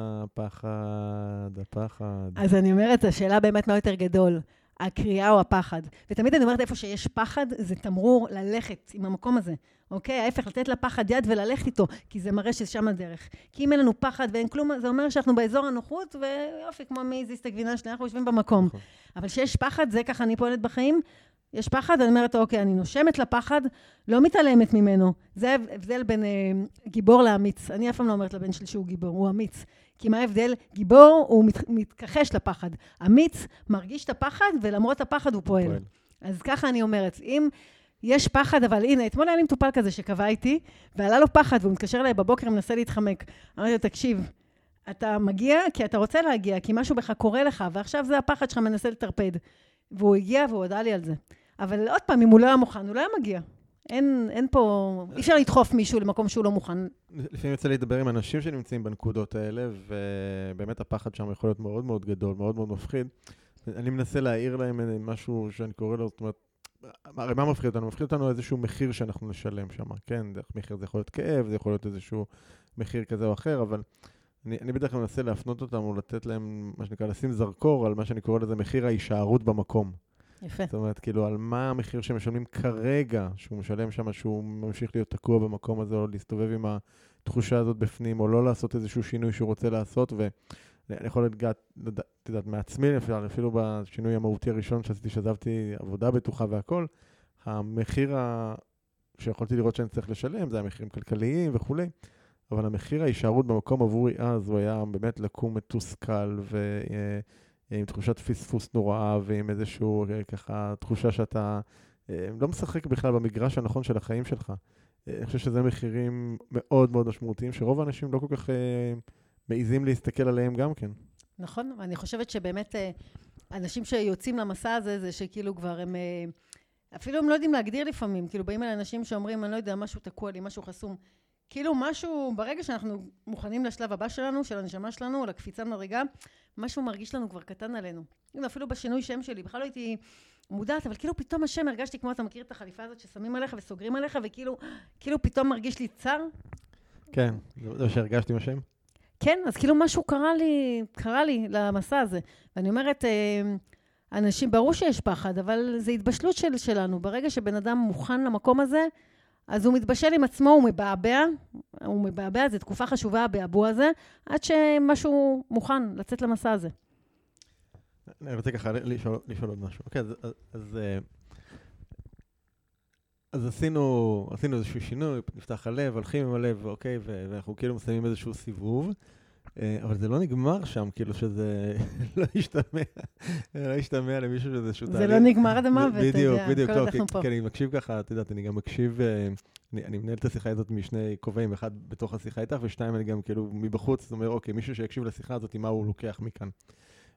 הפחד. אז אני אומרת, השאלה באמת מה יותר גדול, הקריאה או הפחד. ותמיד אני אומרת, איפה שיש פחד, זה תמרור ללכת עם המקום הזה. אוקיי? ההפך, לתת לפחד יד וללכת איתו, כי זה מראה ששם הדרך. כי אם אין לנו פחד ואין כלום, זה אומר שאנחנו באזור הנוחות, ויופי, כמו מי הזיז את הגבינה שלי, אנחנו יושבים במקום. אבל שיש פחד, זה ככה אני פועלת בחיים, יש פחד, אני אומרת, אוקיי, אני נושמת לפחד, לא מתעלמת ממנו. זה הבדל בין גיבור לאמיץ. אני אף פעם לא אומרת לבן שלי שהוא גיבור, הוא אמיץ. כי מה ההבדל? גיבור הוא מתכחש לפחד. אמיץ מרגיש את הפחד, ולמרות הפחד הוא פועל. אז ככה אני אומרת, אם יש פחד, אבל הנה, אתמול היה לי מטופל כזה שקבע איתי, ועלה לו פחד, והוא מתקשר אליי בבוקר, מנסה להתחמק. אמרתי לו, תקשיב, אתה מגיע כי אתה רוצה להגיע, כי משהו בך קורה לך, ועכשיו זה הפחד שלך מנסה לטרפד. והוא הגיע והוא הודע לי על זה. אבל עוד פעם, אם הוא לא היה מוכן, הוא לא היה מגיע. אין פה, אי אפשר לדחוף מישהו למקום שהוא לא מוכן. לפעמים יוצא לדבר עם אנשים שנמצאים בנקודות האלה, ובאמת הפחד שם יכול להיות מאוד מאוד גדול, מאוד מאוד מפחיד. אני מנסה להעיר להם משהו שאני קורא לו, זאת אומרת, הרי מה מפחיד אותנו? מפחיד אותנו איזשהו מחיר שאנחנו נשלם שם, כן? מחיר זה יכול להיות כאב, זה יכול להיות איזשהו מחיר כזה או אחר, אבל אני בדרך כלל מנסה להפנות אותם או לתת להם, מה שנקרא, לשים זרקור על מה שאני קורא לזה מחיר ההישארות במקום. יפה. זאת אומרת, כאילו, על מה המחיר שמשלמים כרגע, שהוא משלם שם, שהוא ממשיך להיות תקוע במקום הזה, או להסתובב עם התחושה הזאת בפנים, או לא לעשות איזשהו שינוי שהוא רוצה לעשות, ואני יכול לדעת מעצמי, אפילו בשינוי המהותי הראשון שעשיתי, שעזבתי עבודה בטוחה והכל, המחיר שיכולתי לראות שאני צריך לשלם, זה המחירים כלכליים וכו', אבל המחיר ההישארות במקום עבורי אז, הוא היה באמת לקום מתוסכל עם תחושת פספוס נוראה, ועם איזשהו ככה תחושה שאתה לא משחק בכלל במגרש הנכון של החיים שלך. אני חושב שזה מחירים מאוד מאוד משמעותיים, שרוב האנשים לא כל כך מעיזים להסתכל עליהם גם כן. נכון, ואני חושבת שבאמת אנשים שיוצאים למסע הזה, זה שכאילו כבר הם, אפילו הם לא יודעים להגדיר לפעמים, כאילו באים אל אנשים שאומרים, אני לא יודע, משהו תקוע לי, משהו חסום. כאילו משהו, ברגע שאנחנו מוכנים לשלב הבא שלנו, של הנשמה שלנו, או לקפיצה מדרגה, משהו מרגיש לנו כבר קטן עלינו. אפילו בשינוי שם שלי, בכלל לא הייתי מודעת, אבל כאילו פתאום השם הרגשתי, כמו אתה מכיר את החליפה הזאת ששמים עליך וסוגרים עליך, וכאילו פתאום מרגיש לי צר. כן, זה שהרגשתי עם השם? כן, אז כאילו משהו קרה לי למסע הזה. ואני אומרת, אנשים, ברור שיש פחד, אבל זה התבשלות שלנו. ברגע שבן אדם מוכן למקום הזה, אז הוא מתבשל עם עצמו, הוא מבעבע, זו תקופה חשובה, הבעבוע הזה, עד שמשהו מוכן לצאת למסע הזה. אני רוצה ככה לשאול עוד משהו. אוקיי, אז עשינו איזשהו שינוי, נפתח הלב, הולכים עם הלב, אוקיי, ואנחנו כאילו מסיימים איזשהו סיבוב, אבל זה לא נגמר שם, כאילו שזה לא ישתמע למישהו שזה איזשהו תהליך. זה לא נגמר עד המוות, אתה יודע, בדיוק, כל עוד אנחנו פה. כי אני מקשיב ככה, את יודעת, אני גם מקשיב, אני מנהל את השיחה הזאת משני כובעים, אחד בתוך השיחה איתך, ושתיים אני גם כאילו מבחוץ, זאת אומרת, אוקיי, מישהו שיקשיב לשיחה הזאת, מה הוא לוקח מכאן.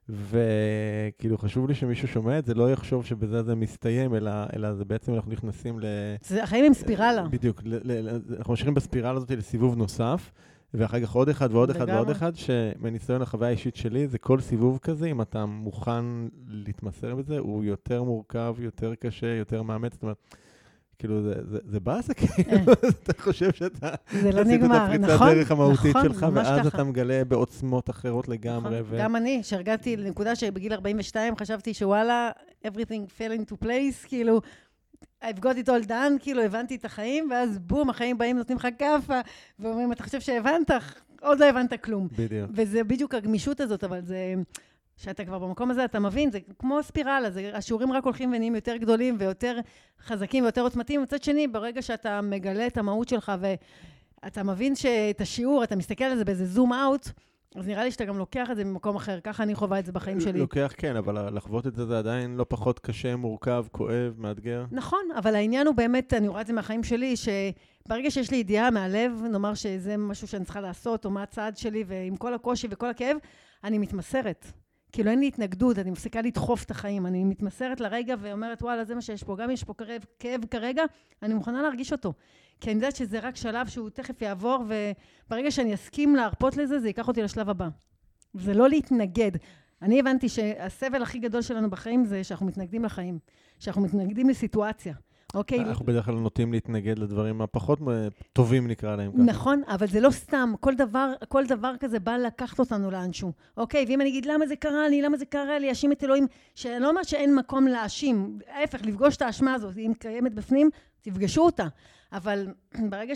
וכאילו חשוב לי שמישהו שומע את זה, לא יחשוב שבזה זה מסתיים, אלא זה בעצם אנחנו נכנסים זה החיים עם ספירלה. בדיוק, אנחנו משאירים בספירלה הזאת לסיבוב נוסף, ואחר כך עוד אחד ועוד אחד ועוד אחד, שמניסיון החוויה האישית שלי, זה כל סיבוב כזה, אם אתה מוכן להתמסר בזה, הוא יותר מורכב, יותר קשה, יותר מאמץ, זאת אומרת, כאילו זה באסה, כאילו, אתה חושב שאתה עשית את הפריצת דרך המהותית שלך, ואז אתה מגלה בעוצמות אחרות לגמרי. גם אני, שהרגעתי לנקודה שבגיל 42 חשבתי שוואלה, everything fell into place, כאילו, I've got it all done, כאילו, הבנתי את החיים, ואז בום, החיים באים, נותנים לך כאפה, ואומרים, אתה חושב שהבנת? עוד לא הבנת כלום. בדיוק. וזה בדיוק הגמישות הזאת, אבל זה... שאתה כבר במקום הזה, אתה מבין, זה כמו ספירלה, השיעורים רק הולכים ונהיים יותר גדולים ויותר חזקים ויותר עוצמתיים. מצד שני, ברגע שאתה מגלה את המהות שלך ואתה מבין שאת השיעור, אתה מסתכל על זה באיזה זום אאוט, אז נראה לי שאתה גם לוקח את זה ממקום אחר. ככה אני חווה את זה בחיים שלי. לוקח כן, אבל לחוות את זה זה עדיין לא פחות קשה, מורכב, כואב, מאתגר. נכון, אבל העניין הוא באמת, אני רואה את זה מהחיים שלי, שברגע שיש לי ידיעה מהלב, נאמר שזה משהו שאני צריכה לעשות, או מה הצעד שלי, ועם כל הקושי וכל הכאב, אני מתמסרת. כאילו אין לי התנגדות, אני מפסיקה לדחוף את החיים, אני מתמסרת לרגע ואומרת, וואלה, זה מה שיש פה, גם יש פה כאב כרגע, אני מוכנה להרגיש אותו. כי אני יודעת שזה רק שלב שהוא תכף יעבור, וברגע שאני אסכים להרפות לזה, זה ייקח אותי לשלב הבא. זה לא להתנגד. אני הבנתי שהסבל הכי גדול שלנו בחיים זה שאנחנו מתנגדים לחיים, שאנחנו מתנגדים לסיטואציה. אוקיי? אנחנו בדרך כלל נוטים להתנגד לדברים הפחות טובים נקרא להם ככה. נכון, אבל זה לא סתם. כל דבר כזה בא לקחת אותנו לאנשהו. אוקיי? ואם אני אגיד, למה זה קרה לי? למה זה קרה לי? אשים את אלוהים, שאני לא אומרת שאין מקום להאשים. ההפך, לפגוש את האשמה הזאת. אם קיימת בפנים, תפגשו אותה. אבל ברגע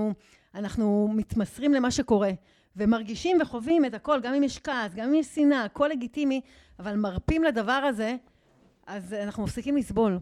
שאנחנו מתמסרים למה שקורה, ומרגישים וחווים את הכל, גם אם יש כעס, גם אם יש שנאה, הכל לגיטימי, אבל מרפים לדבר הזה, אז אנחנו מפסיקים לסבול.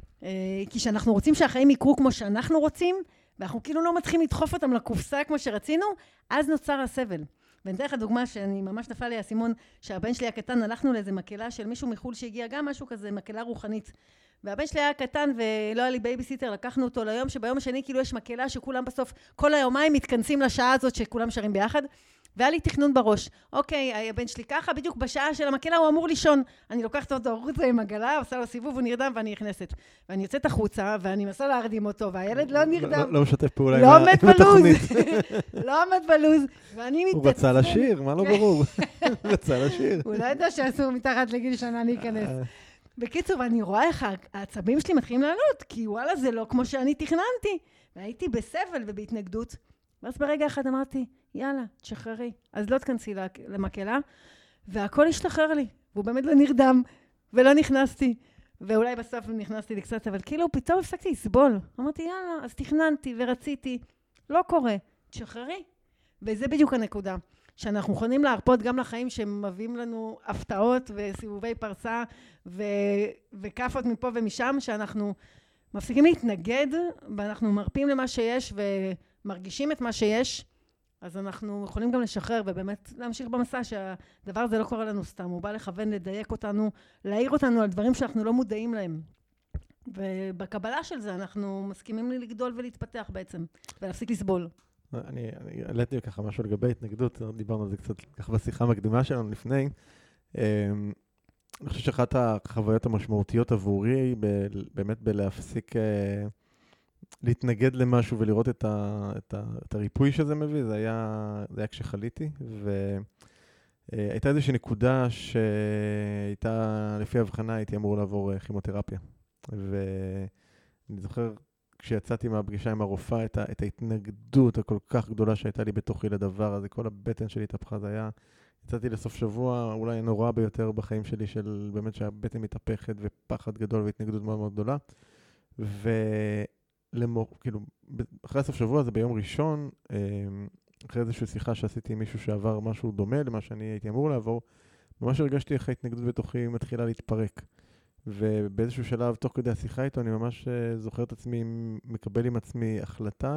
כי שאנחנו רוצים שהחיים יקרו כמו שאנחנו רוצים, ואנחנו כאילו לא מתחילים לדחוף אותם לקופסה כמו שרצינו, אז נוצר הסבל. ואני אתן לך דוגמה שאני ממש נפל לי הסימון, שהבן שלי הקטן, הלכנו לאיזה מקהלה של מישהו מחול שהגיע, גם משהו כזה, מקהלה רוחנית. והבן שלי היה קטן ולא היה לי בייביסיטר, לקחנו אותו ליום, שביום השני כאילו יש מקהלה שכולם בסוף, כל היומיים מתכנסים לשעה הזאת שכולם שרים ביחד, והיה לי תכנון בראש. אוקיי, הבן שלי ככה, בדיוק בשעה של המקהלה הוא אמור לישון. אני לוקחת אותו החוצה עם עגלה, עושה לו סיבוב, הוא נרדם ואני נכנסת. ואני יוצאת החוצה ואני מנסה להרדים אותו, והילד לא נרדם. לא משתף פעולה עם התוכנית. לא עומד בלוז. הוא רצה לשיר, מה לא ברור? הוא רצה לשיר. הוא לא ידע שאסור מתחת לגיל שנה להיכנס. בקיצור, ואני רואה איך העצבים שלי מתחילים לעלות, כי וואלה, זה לא כמו שאני תכננתי. והייתי בסבל ובהתנגדות. ואז ברגע אחד אמרתי, יאללה, תשחררי. אז לא תכנסי למקהלה, והכל השתחרר לי. והוא באמת לא נרדם, ולא נכנסתי. ואולי בסוף נכנסתי לי קצת, אבל כאילו פתאום הפסקתי לסבול. אמרתי, יאללה, אז תכננתי ורציתי. לא קורה, תשחררי. וזה בדיוק הנקודה. שאנחנו יכולים להרפות גם לחיים שמביאים לנו הפתעות וסיבובי פרסה וכפות מפה ומשם, שאנחנו מפסיקים להתנגד, ואנחנו מרפים למה שיש ומרגישים את מה שיש, אז אנחנו יכולים גם לשחרר ובאמת להמשיך במסע שהדבר הזה לא קורה לנו סתם, הוא בא לכוון, לדייק אותנו, להעיר אותנו על דברים שאנחנו לא מודעים להם. ובקבלה של זה אנחנו מסכימים לגדול ולהתפתח בעצם, ולהפסיק לסבול. אני העליתי ככה משהו לגבי התנגדות, דיברנו על זה קצת ככה בשיחה המקדימה שלנו לפני. אני חושב שאחת החוויות המשמעותיות עבורי, באמת בלהפסיק להתנגד למשהו ולראות את הריפוי שזה מביא, זה היה כשחליתי, והייתה איזושהי נקודה שהייתה, לפי הבחנה, הייתי אמור לעבור כימותרפיה. ואני זוכר, כשיצאתי מהפגישה עם הרופאה, את ההתנגדות הכל כך גדולה שהייתה לי בתוכי לדבר הזה, כל הבטן שלי התהפכה, זה היה, יצאתי לסוף שבוע, אולי הנורא ביותר בחיים שלי, של באמת שהבטן מתהפכת ופחד גדול והתנגדות מאוד מאוד גדולה. כאילו, אחרי סוף שבוע, זה ביום ראשון, אחרי איזושהי שיחה שעשיתי עם מישהו שעבר משהו דומה למה שאני הייתי אמור לעבור, ממש הרגשתי איך ההתנגדות בתוכי מתחילה להתפרק. ובאיזשהו שלב, תוך כדי השיחה איתו, אני ממש זוכר את עצמי, מקבל עם עצמי החלטה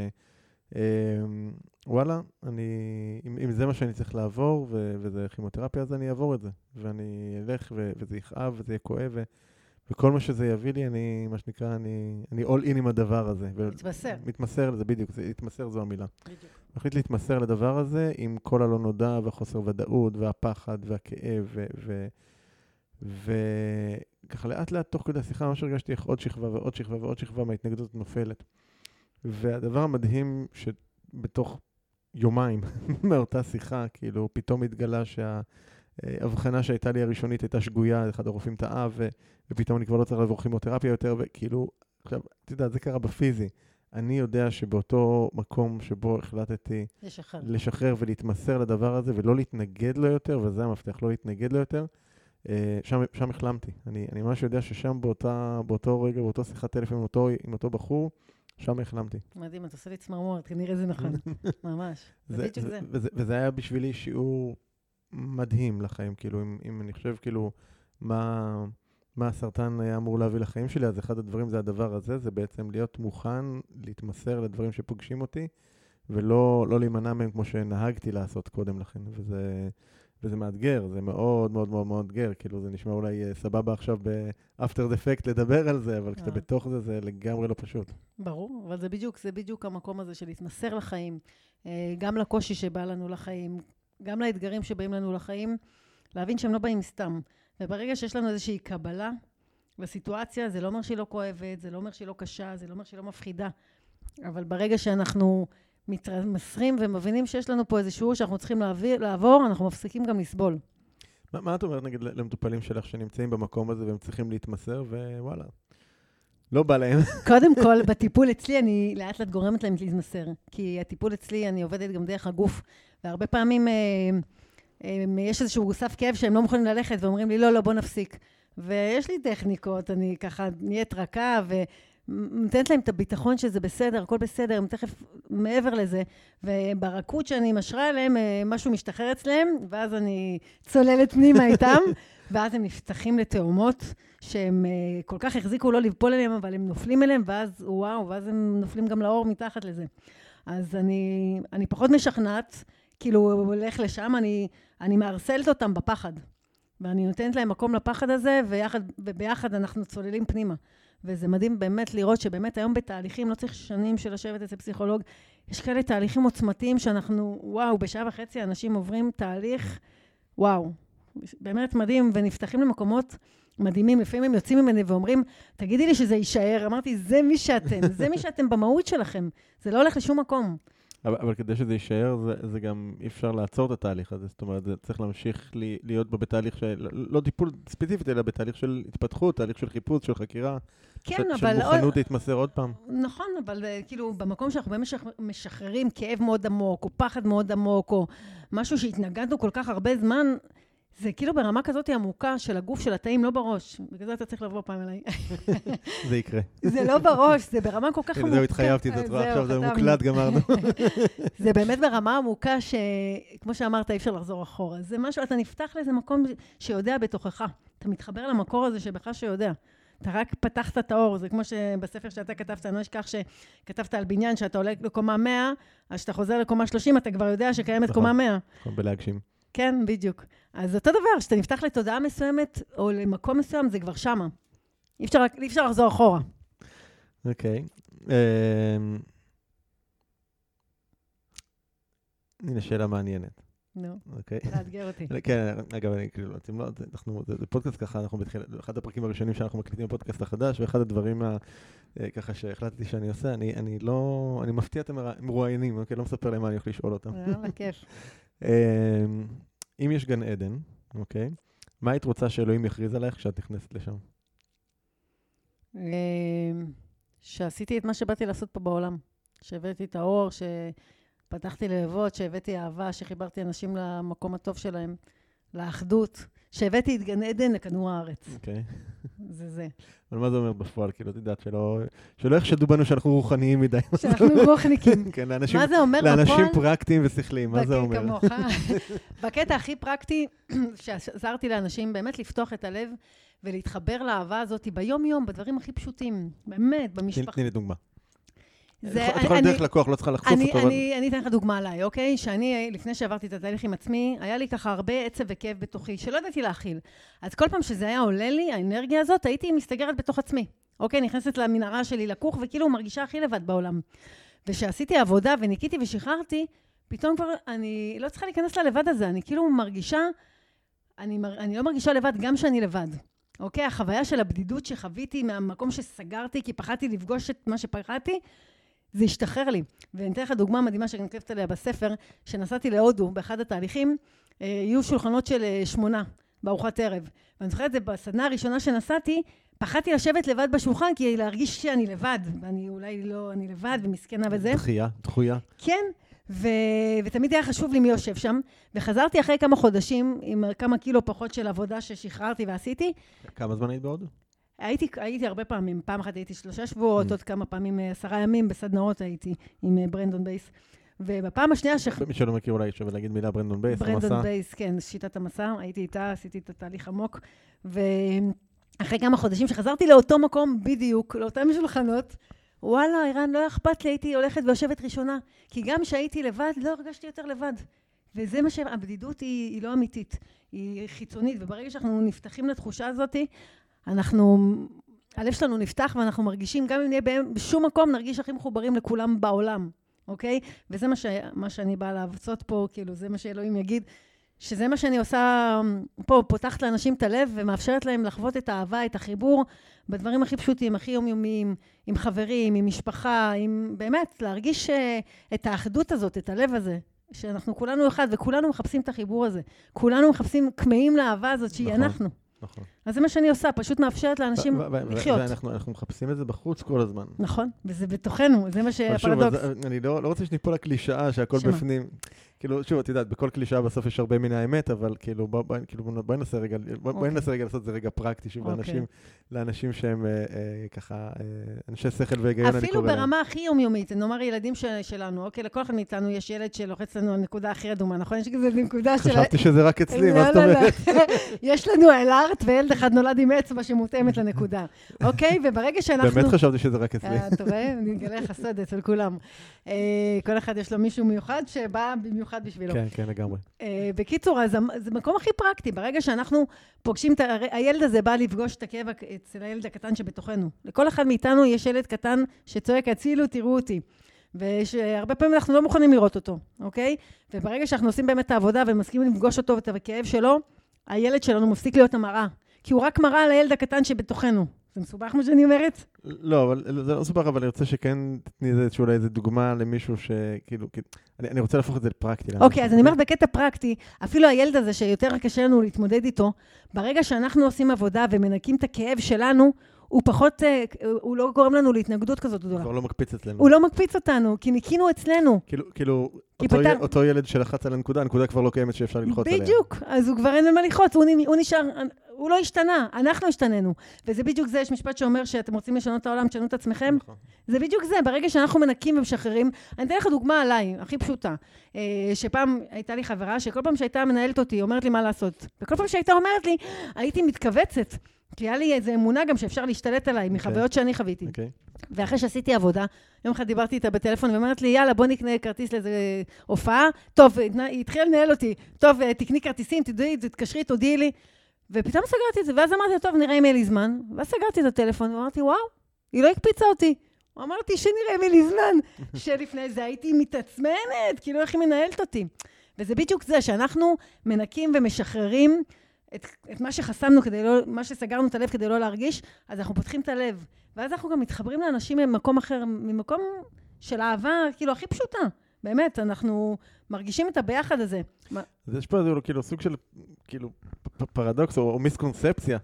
וואלה, אם זה מה שאני צריך לעבור, וזה כימותרפיה, אז אני אעבור את זה. ואני אלך, וזה יכאב, וזה יהיה כואב, וכל מה שזה יביא לי, מה שנקרא, אני all in עם הדבר הזה. מתמסר. מתמסר לזה, בדיוק, להתמסר זו המילה. בדיוק. החליט להתמסר לדבר הזה, עם כל הלא נודע, והחוסר ודאות, והפחד, והכאב, וככה לאט לאט תוך כדי השיחה, ממש הרגשתי איך עוד שכבה ועוד שכבה ועוד שכבה מההתנגדות נופלת. והדבר המדהים שבתוך יומיים מאותה שיחה, כאילו פתאום התגלה שההבחנה שהייתה לי הראשונית הייתה שגויה, אחד הרופאים טעה, ופתאום אני כבר לא צריך לעבור כימותרפיה יותר, וכאילו, עכשיו, אתה יודע, זה קרה בפיזי. אני יודע שבאותו מקום שבו החלטתי לשחרר ולהתמסר לדבר הזה, ולא להתנגד לו יותר, וזה המפתח, לא להתנגד לו יותר, שם החלמתי. אני ממש יודע ששם באותו רגע, באותו שיחת טלפון עם אותו בחור, שם החלמתי. מדהים, אתה עושה לי צמרמורת, כנראה זה נכון. ממש. זה בדיוק זה. וזה היה בשבילי שיעור מדהים לחיים, כאילו, אם אני חושב, כאילו, מה הסרטן היה אמור להביא לחיים שלי, אז אחד הדברים זה הדבר הזה, זה בעצם להיות מוכן, להתמסר לדברים שפוגשים אותי, ולא להימנע מהם כמו שנהגתי לעשות קודם לכן, וזה מאתגר, זה מאוד מאוד מאוד מאתגר, כאילו זה נשמע אולי סבבה עכשיו באפטר דפקט לדבר על זה, אבל כשאתה בתוך זה, זה לגמרי לא פשוט. ברור, אבל זה בדיוק המקום הזה של להתמסר לחיים, גם לקושי שבא לנו לחיים, גם לאתגרים שבאים לנו לחיים, להבין שהם לא באים סתם. וברגע שיש לנו איזושהי קבלה בסיטואציה, זה לא אומר שהיא לא כואבת, זה לא אומר שהיא לא קשה, זה לא אומר שהיא לא מפחידה, אבל ברגע שאנחנו מתמסרים ומבינים שיש לנו פה איזה שיעור שאנחנו צריכים לעבור, אנחנו מפסיקים גם לסבול. מה את אומרת נגיד למטופלים שלך שנמצאים במקום הזה והם צריכים להתמסר ווואלה, לא בא להם? קודם כל, בטיפול אצלי אני לאט לאט גורמת להם להתמסר, כי הטיפול אצלי אני עובדת גם דרך הגוף, והרבה פעמים יש איזשהו סף כאב שהם לא מוכנים ללכת ואומרים לי לא, בוא נפסיק. ויש לי טכניקות, אני ככה נהיית רכה נותנת להם את הביטחון שזה בסדר, הכל בסדר, הם תכף מעבר לזה, וברכות שאני משרה עליהם, משהו משתחרר אצלם, ואז אני צוללת פנימה איתם, ואז הם נפתחים לתאומות, שהם כל כך החזיקו לא ליפול אליהם, אבל הם נופלים אליהם, ואז וואו, ואז הם נופלים גם לאור מתחת לזה. אז אני פחות משכנעת, כאילו הולך לשם, אני מארסלת אותם בפחד, ואני נותנת להם מקום לפחד הזה, וביחד אנחנו צוללים פנימה. וזה מדהים באמת לראות שבאמת היום בתהליכים, לא צריך שנים של לשבת אצל פסיכולוג, יש כאלה תהליכים עוצמתיים שאנחנו, וואו, בשעה וחצי אנשים עוברים תהליך, וואו, באמת מדהים, ונפתחים למקומות מדהימים, לפעמים הם יוצאים ממני ואומרים, תגידי לי שזה יישאר, אמרתי, זה מי שאתם, זה מי שאתם במהות שלכם, זה לא הולך לשום מקום. אבל כדי שזה יישאר, זה גם אי אפשר לעצור את התהליך הזה, זאת אומרת, זה צריך להמשיך להיות בו בתהליך של, לא טיפול ספציפית, אלא בתהליך של התפתחות, תהליך של חיפוש, של חקירה, כן, של מוכנות להתמסר עוד פעם. נכון, אבל כאילו, במקום שאנחנו באמת משחררים כאב מאוד עמוק, או פחד מאוד עמוק, או משהו שהתנגדנו כל כך הרבה זמן, זה כאילו ברמה כזאת עמוקה של הגוף של התאים, לא בראש. בגלל זה אתה צריך לבוא פעם אליי. זה יקרה. זה לא בראש, זה ברמה כל כך עמוקה. זהו, התחייבתי, עכשיו זה מוקלט, גמרנו. זה באמת ברמה עמוקה שכמו שאמרת, אי אפשר לחזור אחורה. זה משהו, אתה נפתח לאיזה מקום שיודע בתוכך. אתה מתחבר למקור הזה שבך שיודע. אתה רק פתחת את האור, זה כמו שבספר שאתה כתבת, אני לא אשכח שכתבת על בניין, שאתה עולה לקומה 100, אז שאתה חוזר לקומה 30, אתה כבר יודע שקיימת קומה 100. נכון, בלהגשים. כן, בדיוק. אז אותו דבר, שאתה נפתח לתודעה מסוימת, או למקום מסוים, זה כבר שמה. אי אפשר לחזור אחורה. אוקיי. הנה שאלה מעניינת. נו, אוקיי. תאתגר אותי. כן, אגב, זה פודקאסט ככה, אנחנו בתחילה, אחד הפרקים הראשונים שאנחנו מקליטים בפודקאסט החדש, ואחד הדברים ככה שהחלטתי שאני עושה, אני מפתיע את המרואיינים, אוקיי, לא מספר להם מה אני הולך לשאול אותם. כיף. אם יש גן עדן, אוקיי, מה היית רוצה שאלוהים יכריז עלייך כשאת נכנסת לשם? שעשיתי את מה שבאתי לעשות פה בעולם. שהבאתי את האור, שפתחתי לבבות, שהבאתי אהבה, שחיברתי אנשים למקום הטוב שלהם, לאחדות, שהבאתי את גן עדן לכדור הארץ. אוקיי. זה. אבל מה זה אומר בפועל? כאילו, את יודעת, שלא יחשדו בנו שאנחנו רוחניים מדי. שאנחנו רוחניקים. כן, מה זה אומר בפועל? לאנשים פרקטיים ושכליים, מה זה אומר? כמוך. בקטע הכי פרקטי, שעזרתי לאנשים באמת לפתוח את הלב, ולהתחבר לאהבה הזאת ביום-יום, בדברים הכי פשוטים. באמת, במשפחה. תני לי דוגמה. את יכולה לדרך לקוח, לא צריכה לחשוף אותו. אני אתן לך דוגמה עליי, אוקיי? שאני, לפני שעברתי את התהליך עם עצמי, היה לי ככה הרבה עצב וכאב בתוכי, שלא ידעתי להכיל. אז כל פעם שזה היה עולה לי, האנרגיה הזאת, הייתי מסתגרת בתוך עצמי. אוקיי? נכנסת למנהרה שלי לכוך, וכאילו מרגישה הכי לבד בעולם. ושעשיתי עבודה וניקיתי ושחררתי, פתאום כבר אני לא צריכה להיכנס ללבד הזה. אני כאילו מרגישה, אני לא מרגישה לבד גם שאני לבד. אוקיי? החוויה של הבדידות שחוויתי מהמקום שסגרתי, כי פחדתי לפגוש את מה שפחדתי, זה השתחרר לי. ואני אתן לך דוגמה מדהימה שאני כתבת עליה בספר, שנסעתי להודו באחד התהליכים, יהיו שולחנות של 8 בארוחת ערב. ואני זוכרת את זה בסדנה הראשונה שנסעתי, פחדתי לשבת לבד בשולחן, כי להרגיש שאני לבד, ואני אולי לא, אני לבד ומסכנה וזה. דחויה. כן, ותמיד היה חשוב לי מי יושב שם, וחזרתי אחרי כמה חודשים, עם כמה קילו פחות של עבודה ששחררתי ועשיתי. כמה זמן היית בהודו? הייתי הרבה פעמים, פעם אחת הייתי 3 שבועות, עוד כמה פעמים 10 ימים בסדנאות הייתי עם ברנדון בייס. ובפעם השנייה מי שלא מכיר אולי שווה להגיד מילה ברנדון בייס, ברנדון בייס, כן, שיטת המסע, הייתי איתה, עשיתי את התהליך עמוק, ואחרי כמה חודשים שחזרתי לאותו מקום בדיוק, לאותם שולחנות, וואלה, אירן, לא אכפת לי, הייתי הולכת ויושבת ראשונה, כי גם שהייתי לבד, לא הרגשתי יותר לבד. וזה מה שהבדידות היא לא אמיתית, היא חיצונית, וברגע שאנחנו נפתחים לתחושה הזאת, הלב שלנו נפתח ואנחנו מרגישים, גם אם נהיה בשום מקום, נרגיש הכי מחוברים לכולם בעולם, אוקיי? וזה מה שאני באה לעבצות פה, כאילו, זה מה שאלוהים יגיד, שזה מה שאני עושה פה, פותחת לאנשים את הלב ומאפשרת להם לחוות את האהבה, את החיבור, בדברים הכי פשוטים, הכי יומיומיים, עם חברים, עם משפחה, עם באמת, להרגיש את האחדות הזאת, את הלב הזה, שאנחנו כולנו אחד, וכולנו מחפשים את החיבור הזה. כולנו מחפשים כמהים לאהבה הזאת, שהיא אנחנו. נכון. אז זה מה שאני עושה, פשוט מאפשרת לאנשים לחיות. ואנחנו מחפשים את זה בחוץ כל הזמן. נכון, וזה בתוכנו, זה מה שהפרדוקס. אני לא רוצה שניפול לקלישאה שהכל בפנים. כאילו, שוב, את יודעת, בכל קלישאה בסוף יש הרבה מן האמת, אבל כאילו, בואי ננסה רגע לעשות זה רגע פרקטי, שוב, לאנשים שהם ככה, אנשי שכל והיגיון, אני קורא להם. אפילו ברמה הכי יומיומית, נאמר ילדים שלנו, אוקיי, לכל אחד מאיתנו יש ילד שלוחץ לנו על נקודה הכי אדומה, נכון? יש כזה נקודה של... חשבתי שזה רק אצלי, מה זאת אומרת? יש לנו אלארט, וילד אחד נולד עם אצבע שמותאמת לנקודה, אוקיי? וברגע שאנחנו... באמת חשבתי שזה רק אצלי. אתה רואה? אני אגלה לך סוד אצל כולם. כל אחד יש לו מישהו מיוחד שבא במיוחד בשבילו. כן, כן, לגמרי. בקיצור, אז זה מקום הכי פרקטי. ברגע שאנחנו פוגשים, הילד הזה בא לפגוש את הכאב אצל הילד הקטן שבתוכנו. לכל אחד מאיתנו יש ילד קטן שצועק, הצילו, תראו אותי. ושהרבה פעמים אנחנו לא מוכנים לראות אותו, אוקיי? וברגע שאנחנו עושים באמת את העבודה ומסכימים לפגוש אותו ואת הכאב שלו, הילד שלנו מפסיק להיות המראה. כי הוא רק מראה על הילד הקטן שבתוכנו. זה מסובך מה שאני אומרת? לא, אבל זה לא מסובך, אבל אני רוצה שכן תתני אולי איזה דוגמה למישהו שכאילו, אני רוצה להפוך את זה לפרקטי. אוקיי, אז אני אומרת בקטע פרקטי, אפילו הילד הזה שיותר קשה לנו להתמודד איתו, ברגע שאנחנו עושים עבודה ומנקים את הכאב שלנו, הוא פחות, הוא לא גורם לנו להתנגדות כזאת גדולה. הוא לא מקפיץ אצלנו. הוא לא מקפיץ אותנו, כי ניקינו אצלנו. כאילו, אותו ילד שלחץ על הנקודה כבר לא קיימת שאפשר ללחוץ עליה. בדיוק, אז הוא כבר אין על מה ללחוץ, הוא נשאר, הוא לא השתנה, אנחנו השתננו. וזה בדיוק זה, יש משפט שאומר שאתם רוצים לשנות את העולם, תשנו את עצמכם. זה בדיוק זה, ברגע שאנחנו מנקים ומשחררים, אני אתן לך דוגמה עליי, הכי פשוטה, שפעם הייתה לי חברה, שכל פעם שהייתה מנהלת אותי, אומרת לי מה לעשות. וכל פעם שהייתה אומרת לי, הייתי מתכווצת, כי היה לי איזו אמונה גם שאפשר להשתלט עליי, מחוויות שאני חוויתי. ואחרי שעשיתי עבודה, יום אחד דיברתי איתה בטלפון, ואומרת לי, יאללה, בוא נקנה כרטיס לאיזו הופעה. טוב, היא התחילה לנהל אותי. טוב, תקני כרטיסים, תתקשרי, תודיעי לי. ופתאום סגרתי את זה, ואז אמרתי, טוב, נראה אם יהיה לי זמן. ואז סגרתי את הטלפון, ואמרתי, וואו, היא לא הקפיצה אותי. אמרתי, שנראה אם יהיה לי זמן. שלפני זה הייתי מתעצמנת, כאילו איך היא מנהלת אותי. וזה בדיוק זה, שאנחנו מנקים ומשחררים את מה שחסמנו כדי לא, מה שסגרנו את הלב כדי לא להרגיש, אז אנחנו פותחים את הלב. ואז אנחנו גם מתחברים לאנשים ממקום אחר, ממקום של אהבה, כאילו, הכי פשוטה. באמת, אנחנו מרגישים את הביחד הזה. אז יש פה איזה כאילו סוג של כאילו פרדוקס או מיסקונספציה.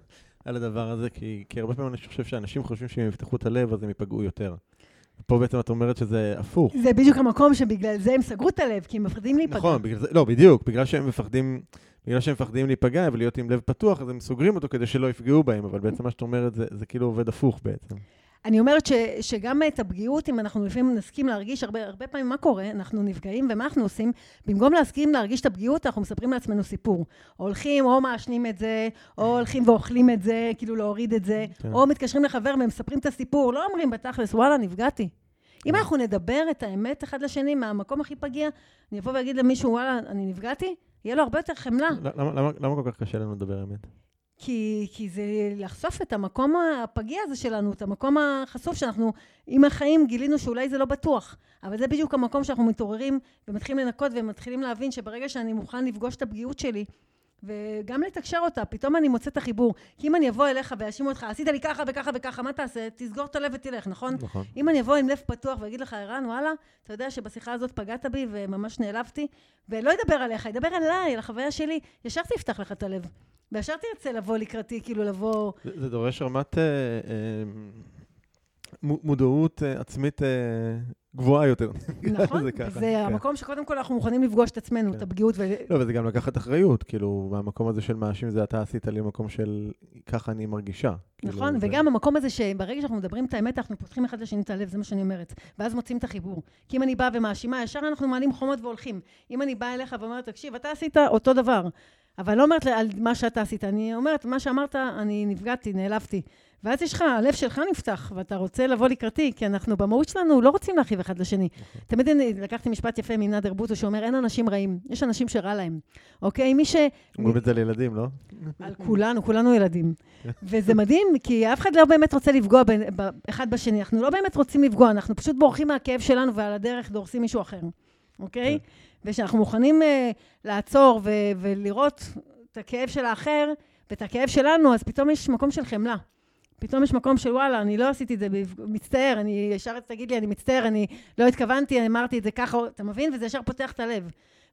על הדבר הזה, כי הרבה פעמים אני חושב שאנשים חושבים שאם הם יפתחו את הלב, אז הם ייפגעו יותר. פה בעצם את אומרת שזה הפוך. זה בדיוק המקום שבגלל זה הם סגרו את הלב, כי הם מפחדים להיפגע. נכון, לא, בדיוק, בגלל שהם מפחדים להיפגע ולהיות עם לב פתוח, אז הם סוגרים אותו כדי שלא יפגעו בהם, אבל בעצם מה שאת אומרת, זה כאילו עובד הפוך בעצם. אני אומרת שגם את הפגיעות, אם אנחנו לפעמים נסכים להרגיש, הרבה פעמים מה קורה, אנחנו נפגעים, ומה אנחנו עושים? במקום להסכים להרגיש את הפגיעות, אנחנו מספרים לעצמנו סיפור. הולכים או מאשנים את זה, או הולכים ואוכלים את זה, כאילו להוריד את זה, או מתקשרים לחבר והם מספרים את הסיפור, לא אומרים בתכלס, וואלה, נפגעתי. אם אנחנו נדבר את האמת אחד לשני, מהמקום הכי פגיע, אני אבוא ואגיד למישהו, וואלה, אני נפגעתי, יהיה לו הרבה יותר חמלה. למה כל כך קשה לנו לדבר אמת? כי זה לחשוף את המקום הפגיע הזה שלנו, את המקום החשוף שאנחנו עם החיים גילינו שאולי זה לא בטוח. אבל זה בדיוק המקום שאנחנו מתעוררים ומתחילים לנקות ומתחילים להבין שברגע שאני מוכן לפגוש את הפגיעות שלי, וגם לתקשר אותה, פתאום אני מוצא את החיבור. כי אם אני אבוא אליך ויאשימו אותך, עשית לי ככה וככה וככה, מה תעשה? תסגור את הלב ותלך, נכון? נכון. אם אני אבוא עם לב פתוח ואגיד לך, ערן, וואלה, אתה יודע שבשיחה הזאת פגעת בי וממש נעלבתי, ולא ידבר עליך, ידבר עליי, על החוויה שלי, ישר תפתח לך את הלב. וישר תרצה לבוא לקראתי, כאילו לבוא... זה דורש רמת מודעות עצמית גבוהה יותר. נכון, וזה המקום שקודם כל אנחנו מוכנים לפגוש את עצמנו, את הפגיעות. לא, וזה גם לקחת אחריות, כאילו, מהמקום הזה של מאשים, זה אתה עשית לי מקום של ככה אני מרגישה. נכון, וגם המקום הזה שברגע שאנחנו מדברים את האמת, אנחנו פותחים אחד לשני את הלב, זה מה שאני אומרת. ואז מוצאים את החיבור. כי אם אני באה ומאשימה, ישר אנחנו מעלים חומות והולכים. אם אני באה אליך ואומרת, תקשיב, אתה עשית אותו דבר. אבל לא אומרת על מה שאתה עשית, אני אומרת, מה שאמרת, אני נפגעתי, נעלבתי. ואז יש לך, הלב שלך נפתח, ואתה רוצה לבוא לקראתי, כי אנחנו במהות שלנו לא רוצים להרחיב אחד לשני. תמיד לקחתי משפט יפה מנאדר בוטו, שאומר, אין אנשים רעים, יש אנשים שרע להם. אוקיי? מי ש... אומרים את זה לילדים, לא? על כולנו ילדים. וזה מדהים, כי אף אחד לא באמת רוצה לפגוע אחד בשני. אנחנו לא באמת רוצים לפגוע, אנחנו פשוט בורחים מהכאב שלנו, ועל הדרך דורסים מישהו אחר. אוקיי? ושאנחנו מוכנים לעצור ולראות את הכאב של האחר, ואת הכאב שלנו, אז פתאום יש מקום של חמלה. פתאום יש מקום של וואלה, אני לא עשיתי את זה, מצטער, אני ישר תגיד לי, אני מצטער, אני לא התכוונתי, אני אמרתי את זה ככה, אתה מבין? וזה ישר פותח את הלב.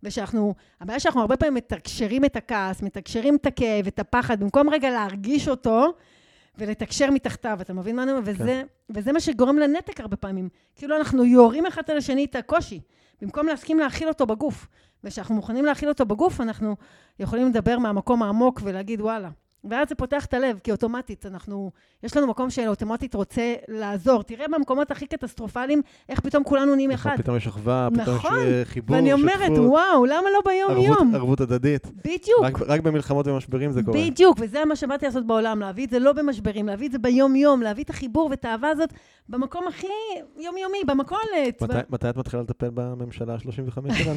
הבעיה שאנחנו הרבה פעמים מתקשרים את הכעס, מתקשרים את הכאב, את הפחד, במקום רגע להרגיש אותו, ולתקשר מתחתיו, אתה מבין מה אני אומר? וזה מה שגורם לנתק הרבה פעמים. כאילו אנחנו יורים אחד על השני את הקושי, במקום להסכים להכיל אותו בגוף. ושאנחנו מוכנים להכיל אותו בגוף, אנחנו יכולים לדבר מהמקום העמוק ולהגיד וואלה. ואז זה פותח את הלב, כי אוטומטית יש לנו מקום שאוטומטית רוצה לעזור. תראה במקומות הכי קטסטרופליים, איך פתאום כולנו נהיים אחד. פתאום יש אחווה, פתאום יש חיבור, ואני אומרת, וואו, למה לא ביום יום? ערבות הדדית. בדיוק. רק במלחמות ומשברים זה קורה. בדיוק, וזה מה שבאתי לעשות בעולם, להביא את זה לא במשברים, להביא את זה ביום יום, להביא את החיבור ואת האהבה הזאת במקום הכי יומיומי, במכולת. מתי את מתחילה לטפל בממשלה ה-35 שלנו?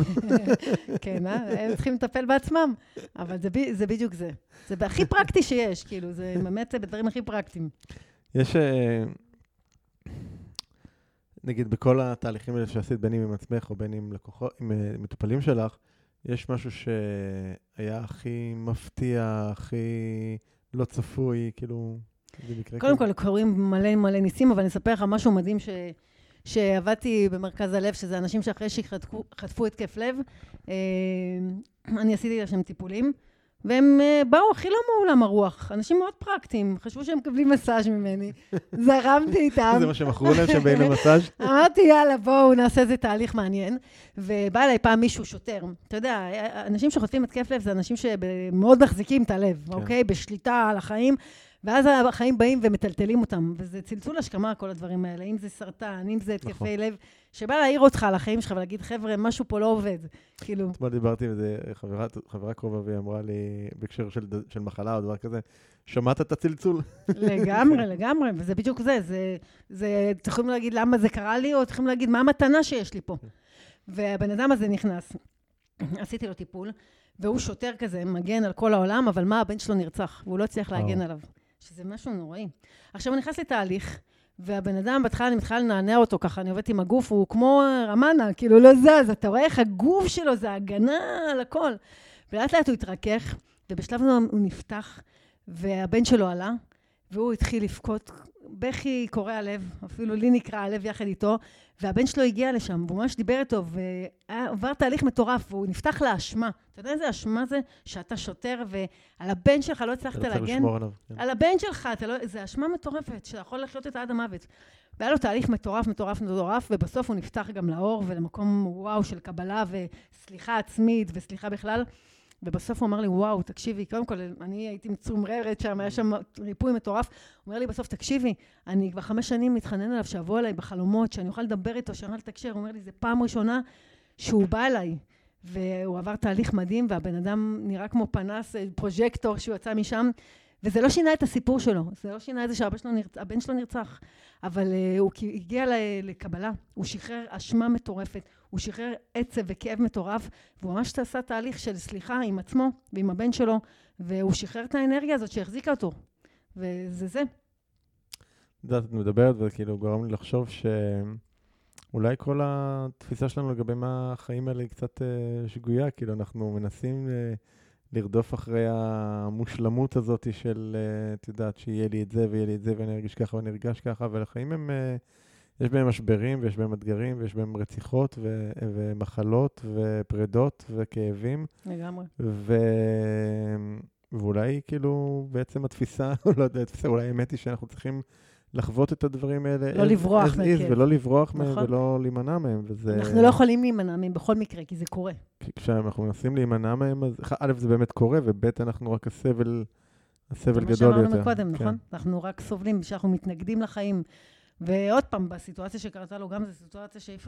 כן, הם צריכים לטפל בעצמם, אבל זה בדיוק זה. זה הכי פרקטי שיש, כאילו, זה באמת בדברים הכי פרקטיים. יש, נגיד, בכל התהליכים האלה שעשית, בין אם עם עצמך או בין אם עם מטופלים שלך, יש משהו שהיה הכי מפתיע, הכי לא צפוי, כאילו, זה מקרה קודם כל, קוראים מלא ניסים, אבל אני אספר לך משהו מדהים שעבדתי במרכז הלב, שזה אנשים שאחרי שחטפו התקף לב, אני עשיתי לשם טיפולים, והם באו הכי לא מעולם הרוח, אנשים מאוד פרקטיים, חשבו שהם מקבלים מסאז' ממני, זרמתי איתם. זה מה שמכרו להם שהם באים למסאז'? אמרתי, יאללה, בואו נעשה איזה תהליך מעניין, ובא אליי פעם מישהו שוטר. אתה יודע, אנשים שחוטפים התקף לב, זה אנשים שמאוד מחזיקים את הלב, אוקיי? בשליטה על החיים, ואז החיים באים ומטלטלים אותם, וזה צלצול השכמה, כל הדברים האלה, אם זה סרטן, אם זה התקפי לב, שבא להעיר אותך על החיים שלך ולהגיד, חבר'ה, משהו פה לא עובד, כאילו. אתמול דיברתי עם זה, חברה קרובה והיא אמרה לי, בהקשר של מחלה או דבר כזה, שמעת את הצלצול? לגמרי, וזה בדיוק זה, צריכים להגיד למה זה קרה לי, או צריכים להגיד מה המתנה שיש לי פה. והבן אדם הזה נכנס, עשיתי לו טיפול, והוא שוטר כזה, מגן על כל העולם, אבל מה, הבן שלו נרצח, והוא לא הצליח להגן עליו. שזה משהו נוראי. עכשיו אני נכנס לתהליך, והבן אדם, בהתחלה אני מתחילה לנענע אותו ככה, אני עובדת עם הגוף, הוא כמו רמנה, כאילו לא זז, אתה רואה איך הגוף שלו, זה הגנה על הכל. ולאט לאט הוא התרכך, ובשלב הוא נפתח, והבן שלו עלה, והוא התחיל לבכות, בכי קורע לב, אפילו לי נקרא הלב יחד איתו, והבן שלו הגיע לשם, והוא ממש דיבר איתו, ועבר תהליך מטורף, והוא נפתח לאשמה. אתה יודע איזה אשמה זה? שאתה שוטר, ועל הבן שלך לא הצלחת להגן. על הבן שלך, זה אשמה מטורפת, שאתה יכול לחיות את עד המוות. והיה לו תהליך מטורף, מטורף, מטורף, ובסוף הוא נפתח גם לאור, ולמקום וואו של קבלה, וסליחה עצמית, וסליחה בכלל. ובסוף הוא אמר לי, וואו, תקשיבי, קודם כל, אני הייתי מצומררת שם, היה שם ריפוי מטורף. הוא אומר לי בסוף, תקשיבי, אני כבר 5 שנים מתחנן עליו, שיבוא אליי בחלומות, שאני אוכל לדבר איתו, שאני אוכל לתקשר. הוא אומר לי, זה פעם ראשונה שהוא בא אליי. והוא עבר תהליך מדהים, והבן אדם נראה כמו פנס, פרוז'קטור שהוא יצא משם, וזה לא שינה את הסיפור שלו, זה לא שינה את זה שהבן שלו נרצח, אבל הוא הגיע לקבלה, הוא שחרר אשמה מטורפת, הוא שחרר עצב וכאב מטורף, והוא ממש עשה תהליך של סליחה עם עצמו ועם הבן שלו, והוא שחרר את האנרגיה הזאת שהחזיקה אותו, וזה זה. את מדברת וכאילו גורם לי לחשוב שאולי כל התפיסה שלנו לגבי מה החיים האלה היא קצת שגויה, כאילו אנחנו מנסים לרדוף אחרי המושלמות הזאת של, את יודעת, שיהיה לי את זה ויהיה לי את זה ואני ארגיש ככה ואני ארגש ככה, ולחיים הם, יש בהם משברים ויש בהם אתגרים ויש בהם רציחות ומחלות ופרדות וכאבים. לגמרי. ואולי כאילו בעצם התפיסה, לא יודע, התפיסה אולי האמת היא שאנחנו צריכים לחוות את הדברים האלה. לא לברוח מהם. ולא לברוח מהם ולא להימנע מהם. אנחנו לא יכולים להימנע מהם בכל מקרה, כי זה קורה. כשאנחנו מנסים להימנע מהם, אז א' זה באמת קורה, וב' אנחנו רק הסבל גדול יותר. זה מה שאמרנו מקודם, נכון? אנחנו רק סובלים, שאנחנו מתנגדים לחיים. ועוד פעם, בסיטואציה שקרתה לו, גם זו סיטואציה שאי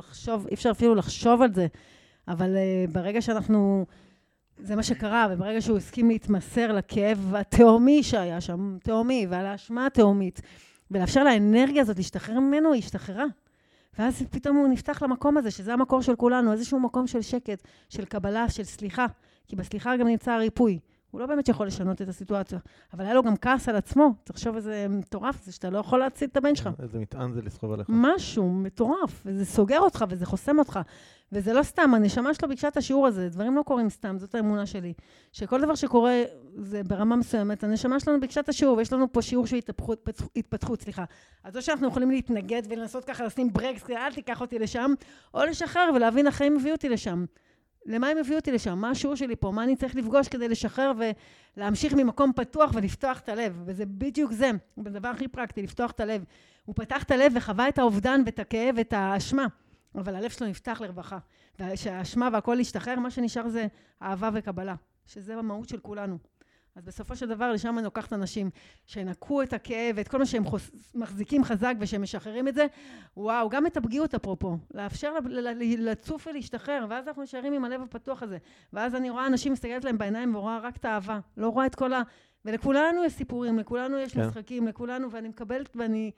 אפשר אפילו לחשוב על זה. אבל ברגע שאנחנו, זה מה שקרה, וברגע שהוא הסכים להתמסר לכאב התאומי שהיה שם, תאומי, ועל האשמה התאומית, ולאפשר לאנרגיה הזאת להשתחרר ממנו, היא השתחררה. ואז פתאום הוא נפתח למקום הזה, שזה המקור של כולנו, איזשהו מקום של שקט, של קבלה, של סליחה, כי בסליחה גם נמצא הריפוי. הוא לא באמת יכול לשנות את הסיטואציה, אבל היה לו גם כעס על עצמו. תחשוב איזה מטורף, זה שאתה לא יכול להציל את הבן שלך. איזה מטען זה לסחוב עליך. משהו מטורף, וזה סוגר אותך, וזה חוסם אותך. וזה לא סתם, הנשמה שלו ביקשה את השיעור הזה, דברים לא קורים סתם, זאת האמונה שלי. שכל דבר שקורה, זה ברמה מסוימת, הנשמה שלנו ביקשה את השיעור, ויש לנו פה שיעור של התפתחות, סליחה. אז או שאנחנו יכולים להתנגד ולנסות ככה לשים ברקס, אל תיקח אותי לשם, או לשחרר ולהבין החיים הביאו אותי לשם. למה הם הביאו אותי לשם? מה השיעור שלי פה? מה אני צריך לפגוש כדי לשחרר ולהמשיך ממקום פתוח ולפתוח את הלב? וזה בדיוק זה, בדבר הכי פרקטי, לפתוח את הלב. הוא פתח את הלב וחווה את האובדן ואת הכאב ואת האשמה, אבל הלב שלו נפתח לרווחה. והאשמה והכל להשתחרר, מה שנשאר זה אהבה וקבלה, שזה המהות של כולנו. אז בסופו של דבר, לשם אני לוקחת אנשים שינקו את הכאב ואת כל מה שהם מחזיקים חזק ושהם משחררים את זה, וואו, גם את הפגיעות אפרופו, לאפשר לצוף ולהשתחרר, ואז אנחנו נשארים עם הלב הפתוח הזה, ואז אני רואה אנשים מסתכלת להם בעיניים ורואה רק את האהבה, לא רואה את כל ולכולנו יש סיפורים, לכולנו יש משחקים, לכולנו, ואני מקבלת,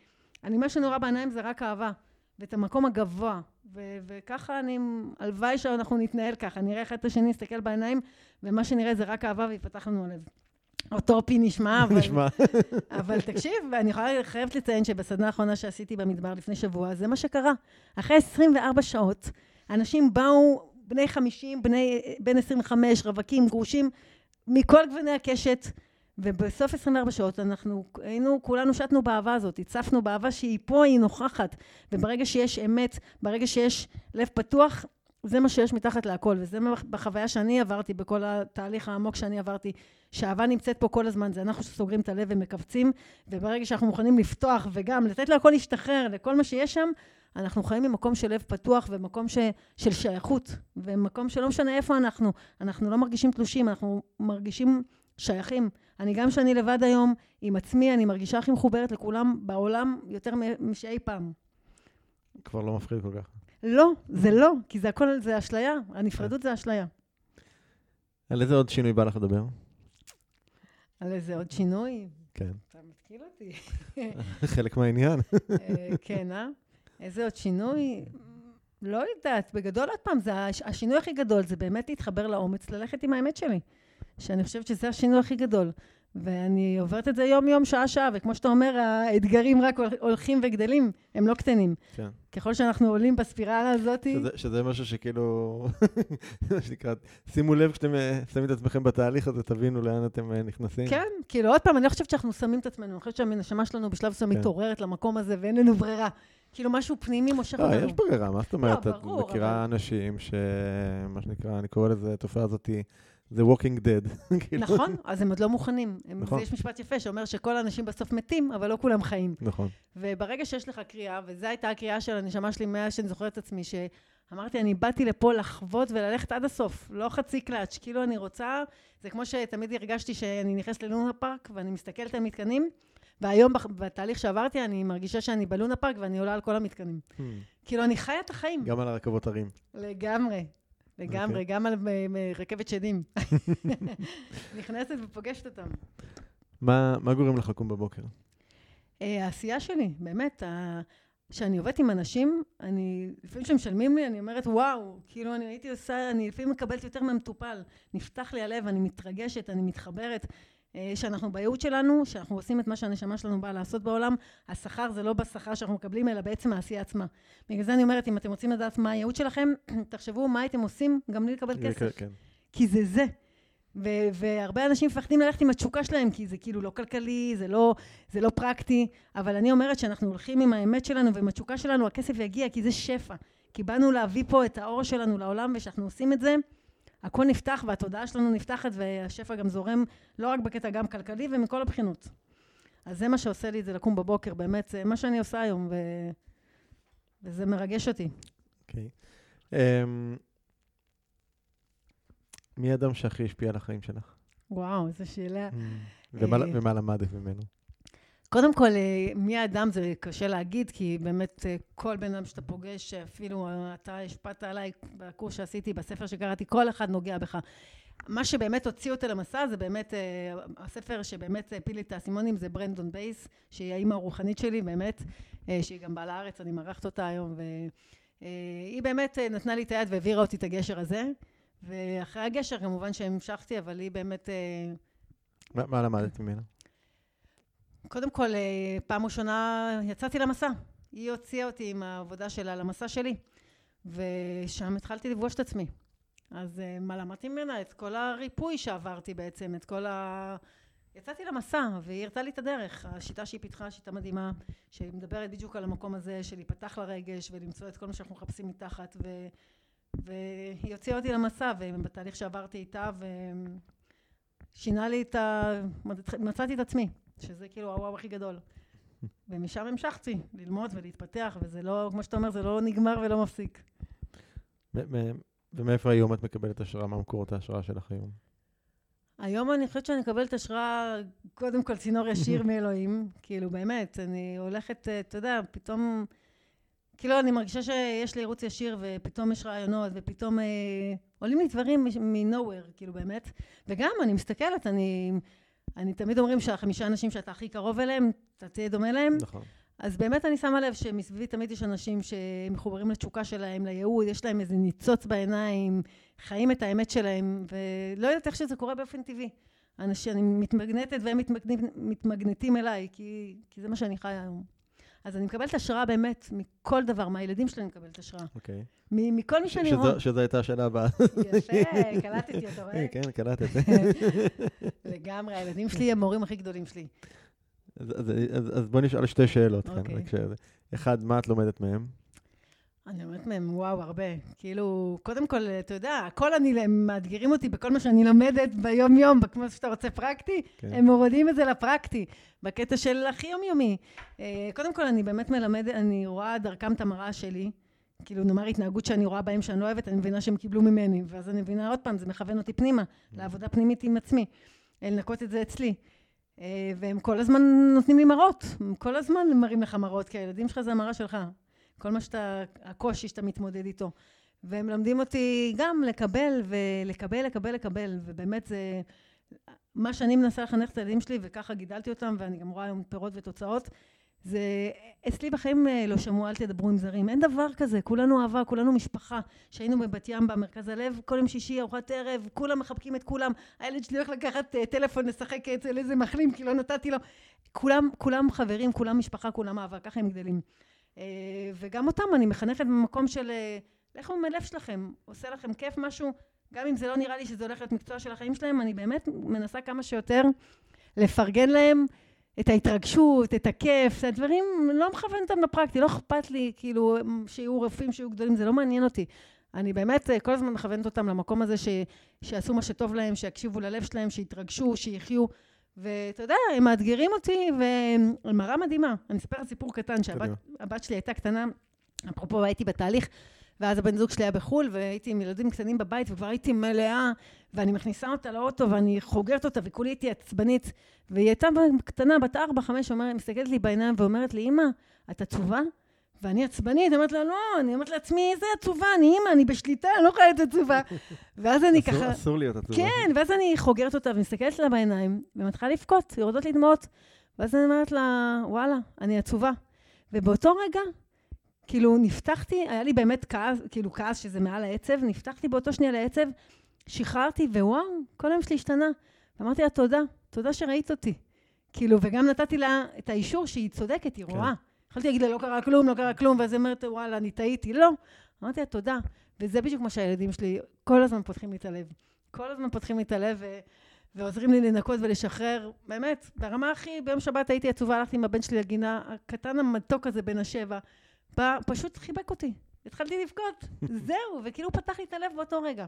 מה שאני רואה בעיניים זה רק אהבה, ואת המקום הגבוה, וככה הלוואי שאנחנו נתנהל ככה, נראה אחד את השני, נסתכל בעיניים, ומה שנראה זה רק אהבה ויפתח לנו הלב. אוטופי נשמע, אבל תקשיב, ואני חייבת לציין שבסדנה האחרונה שעשיתי במדבר לפני שבוע, זה מה שקרה. אחרי 24 שעות, אנשים באו, בני 50, בן 25, רווקים, גרושים, מכל גווני הקשת, ובסוף 24 שעות כולנו שתנו באהבה הזאת, הצפנו באהבה שהיא פה, היא נוכחת, וברגע שיש אמת, ברגע שיש לב פתוח, זה מה שיש מתחת להכל, וזה בחוויה שאני עברתי, בכל התהליך העמוק שאני עברתי, שהאהבה נמצאת פה כל הזמן, זה אנחנו שסוגרים את הלב ומקבצים, וברגע שאנחנו מוכנים לפתוח וגם לתת להכל להשתחרר, לכל מה שיש שם, אנחנו חיים ממקום של לב פתוח, ומקום של שייכות, ומקום שלא משנה איפה אנחנו לא מרגישים תלושים, אנחנו מרגישים שייכים. גם שאני לבד היום עם עצמי, אני מרגישה הכי מחוברת לכולם בעולם יותר משאי פעם. כבר לא מפחיד כל כך. לא, זה לא, כי זה הכל, זה אשליה, הנפרדות זה אשליה. על איזה עוד שינוי בא לך לדבר? על איזה עוד שינוי? כן. אתה מתקיל אותי. חלק מהעניין. כן, איזה עוד שינוי? לא יודעת, בגדול עוד פעם, השינוי הכי גדול, זה באמת להתחבר לאומץ, ללכת עם האמת שלי. שאני חושבת שזה השינוי הכי גדול. ואני עוברת את זה יום-יום, שעה-שעה, וכמו שאתה אומר, האתגרים רק הולכים וגדלים, הם לא קטנים. כן. ככל שאנחנו עולים בספירלה הזאת... שזה משהו שכאילו, מה שנקרא, שימו לב כשאתם שמים את עצמכם בתהליך הזה, תבינו לאן אתם נכנסים. כן, כאילו עוד פעם, אני לא חושבת שאנחנו שמים את עצמנו, אני חושבת שהנשמה שלנו בשלב מסוים מתעוררת למקום הזה, ואין לנו ברירה. כאילו משהו פנימי מושך אותנו. יש ברירה, מה זאת אומרת? את מכירה אנשים מה שנקרא, אני קורא לזה, התופעה הזאת, The Walking Dead. נכון, אז הם עוד לא מוכנים. יש משפט יפה שאומר שכל האנשים בסוף מתים, אבל לא כולם חיים. נכון. וברגע שיש לך קריאה, וזו הייתה הקריאה של הנשמה שלי מאז שאני זוכרת את עצמי, שאמרתי, אני באתי לפה לחוות וללכת עד הסוף, לא חצי קלאץ', כאילו אני רוצה, זה כמו שתמיד הרגשתי שאני נכנסת ללונה פארק, ואני מסתכלת על מתקנים, והיום בתהליך שעברתי, אני מרגישה שאני בלונה פארק, ואני עולה על כל המתקנים. כאילו, אני חיה את החיים. גם על הרכבות הרים. לגמרי. לגמרי, גם על רכבת שדים. נכנסת ופוגשת אותם. מה גורם לך לקום בבוקר? העשייה שלי, באמת, שאני עובדת עם אנשים, לפעמים שמשלמים לי, אני אומרת, וואו, כאילו אני הייתי עושה, אני לפעמים מקבלת יותר מהמטופל, נפתח לי הלב, אני מתרגשת, אני מתחברת, שאנחנו בייעוד שלנו, שאנחנו עושים את מה שהנשמה שלנו באה לעשות בעולם, השכר זה לא בשכר שאנחנו מקבלים, אלא בעצם העשייה עצמה. בגלל זה אני אומרת, אם אתם רוצים לדעת מה הייעוד שלכם, תחשבו מה הייתם עושים, גם לי לקבל כסף. כן. כי זה. והרבה אנשים מפחדים ללכת עם התשוקה שלהם, כי זה כאילו לא כלכלי, זה לא פרקטי, אבל אני אומרת שאנחנו הולכים עם האמת שלנו ועם התשוקה שלנו, הכסף יגיע, כי זה שפע. כי באנו להביא פה את האור שלנו לעולם, ושאנחנו עושים את זה, הכל נפתח, והתודעה שלנו נפתחת, והשפע גם זורם, לא רק בקטע גם כלכלי, ומכל הבחינות. אז זה מה שעושה לי את זה לקום בבוקר, באמת, זה מה שאני עושה היום, וזה מרגש אותי. אוקיי. מי האדם שהכי השפיע על החיים שלך? וואו, איזו שאלה. ומה למדת ממנו? קודם כל, מי האדם זה קשה להגיד, כי באמת כל בן אדם שאתה פוגש, אפילו אתה השפעת עליי בקורס שעשיתי, בספר שקראתי, כל אחד נוגע בך. מה שבאמת הוציא אותי למסע, זה באמת, הספר שבאמת הפיל לי את האסימונים, זה ברנדון בייס, שהיא האמא הרוחנית שלי, באמת, שהיא גם באה לארץ, אני מארחת אותה היום, והיא באמת נתנה לי את היד והעבירה אותי את הגשר הזה, ואחרי הגשר כמובן שהמשכתי, אבל היא באמת... מה למדת ממנו? קודם כל, פעם ראשונה יצאתי למסע. היא הוציאה אותי עם העבודה שלה למסע שלי, ושם התחלתי לפגוש את עצמי. אז מה למדתי ממנה? את כל הריפוי שעברתי בעצם, יצאתי למסע, והיא הראתה לי את הדרך. השיטה שהיא פיתחה, שיטה מדהימה, שהיא מדברת בדיוק על המקום הזה, של להיפתח לרגש, ולמצוא את כל מה שאנחנו מחפשים מתחת, והיא הוציאה אותי למסע, ובתהליך שעברתי איתה, ושינה לי מצאתי את עצמי. שזה כאילו הוואו הכי גדול. ומשם המשכתי ללמוד ולהתפתח, וזה לא, כמו שאתה אומר, זה לא נגמר ולא מפסיק. ומאיפה היום את מקבלת השראה? מה מקורות ההשראה שלך היום? היום אני חושבת שאני מקבלת השראה, קודם כל צינור ישיר מאלוהים, כאילו באמת, אני הולכת, אתה יודע, פתאום, כאילו אני מרגישה שיש לי ערוץ ישיר, ופתאום יש רעיונות, ופתאום עולים לי דברים מ-nowhere, כאילו באמת, וגם אני מסתכלת, אני תמיד אומרים שה5 אנשים שאתה הכי קרוב אליהם, אתה תהיה דומה להם. נכון. אז באמת אני שמה לב שמסביבי תמיד יש אנשים שמחוברים לתשוקה שלהם, לייעוד, יש להם איזה ניצוץ בעיניים, חיים את האמת שלהם, ולא יודעת איך שזה קורה באופן טבעי. אני מתמגנטת והם מתמגנטים אליי, כי זה מה שאני חיה היום. אז אני מקבלת השראה באמת מכל דבר, מהילדים שלי אני מקבלת השראה. אוקיי. מכל מי שאני רואה. שזו הייתה השאלה הבאה. יפה, קלטתי, אתה רואה? כן, קלטת. לגמרי, הילדים שלי הם המורים הכי גדולים שלי. אז בוא נשאל 2 שאלות. אחד, מה את לומדת מהם? אני לומדת מהם, וואו, הרבה. כאילו, קודם כל, אתה יודע, הכל הם מאתגרים אותי בכל מה שאני לומדת ביום-יום, כמו שאתה רוצה פרקטי, הם מורידים את זה לפרקטי, בקטע של הכי יומיומי. קודם כל, אני באמת מלמדת, אני רואה דרכם את המראה שלי, כאילו, נאמר התנהגות שאני רואה בהם שאני לא אוהבת, אני מבינה שהם קיבלו ממני, ואז אני מבינה עוד פעם, זה מכוון אותי פנימה, לעבודה פנימית עם עצמי, לנקות את זה אצלי. והם כל הזמן נותנים לי מראות, כל הזמן מראים לך מראות, כי הילדים שלך זה המראה שלך. כל מה הקושי שאתה מתמודד איתו. והם לומדים אותי גם לקבל ולקבל, ובאמת זה מה שאני מנסה לחנך את הילדים שלי, וככה גידלתי אותם, ואני גם רואה היום פירות ותוצאות, זה, אצלי בחיים לא שמעו, אל תדברו עם זרים. אין דבר כזה, כולנו אהבה, כולנו משפחה. שהיינו בבת ים במרכז הלב, כל יום שישי, ארוחת ערב, כולם מחבקים את כולם. הילד שלי הולך לקחת טלפון, לשחק אצל איזה מחלים, כי לא נתתי לו. כולם חברים, כולם משפחה, כולם אהבה, ככה הם גדלים. וגם אותם אני מחנכת במקום של, לכו מהלב שלכם, עושה לכם כיף משהו, גם אם זה לא נראה לי שזה הולך להיות מקצוע של החיים שלהם, אני באמת מנסה כמה שיותר לפרגן להם את ההתרגשות, את הכיף, את הדברים, לא מכוון אותם לפרקטי, לא אכפת לי, כאילו, שיהיו רופאים, שיהיו גדולים, זה לא מעניין אותי. אני באמת כל הזמן מכוונת אותם למקום הזה שיעשו מה שטוב להם, שיקשיבו ללב שלהם, שיתרגשו, שיחיו, ואתה יודע, הם מאתגרים אותי, ומראה מדהימה. אני אספר סיפור קטן, שהבת שלי הייתה קטנה, אפרופו הייתי בתהליך, ואז הבן זוג שלי היה בחול, והייתי עם ילדים קטנים בבית, וכבר הייתי מלאה, ואני מכניסה אותה לאוטו, ואני חוגרת אותה, וכולי הייתי עצבנית, והיא הייתה קטנה, בת 4-5, מסתכלת לי בעיניים, ואומרת לי, אמא, את עצובה? ואני עצבנית, אני אומרת לה, לא, אני אומרת לעצמי, איזה עצובה, אני אמא, אני בשליטה, אני לא יכולה להיות עצובה. ואז אני ככה... אסור להיות עצובה. כן, ואז אני חוגרת אותה, ומסתכלת לה בעיניים, ומתחילה לבכות, יורדות לי דמעות, ואז אני אומרת לה, וואלה, אני עצובה. ובאותו רגע, כאילו נפתחתי, היה לי באמת כעס, כאילו כעס שזה מעל העצב, נפתחתי באותו שנייה לעצב, שחררתי, ווואו, כל היום שלי השתנה. ואמרתי לה, תודה שראית אותי. כאילו, וגם נתתי לה את האישור שהיא צודקת, היא רואה. יכולתי להגיד לה, לא קרה כלום, ואז היא אומרת, וואלה, אני טעיתי. לא. אמרתי לה, תודה. וזה בדיוק מה שהילדים שלי, כל הזמן פותחים לי את הלב. כל הזמן פותחים לי את הלב, ועוזרים לי לנקות ולשחרר. באמת, ברמה הכי, ביום שבת הייתי עצובה, הלכתי עם הבן שלי לגינה, הקטן המתוק הזה בין 7, פשוט חיבק אותי. התחלתי לבכות. זהו, וכאילו פתח לי את הלב באותו רגע.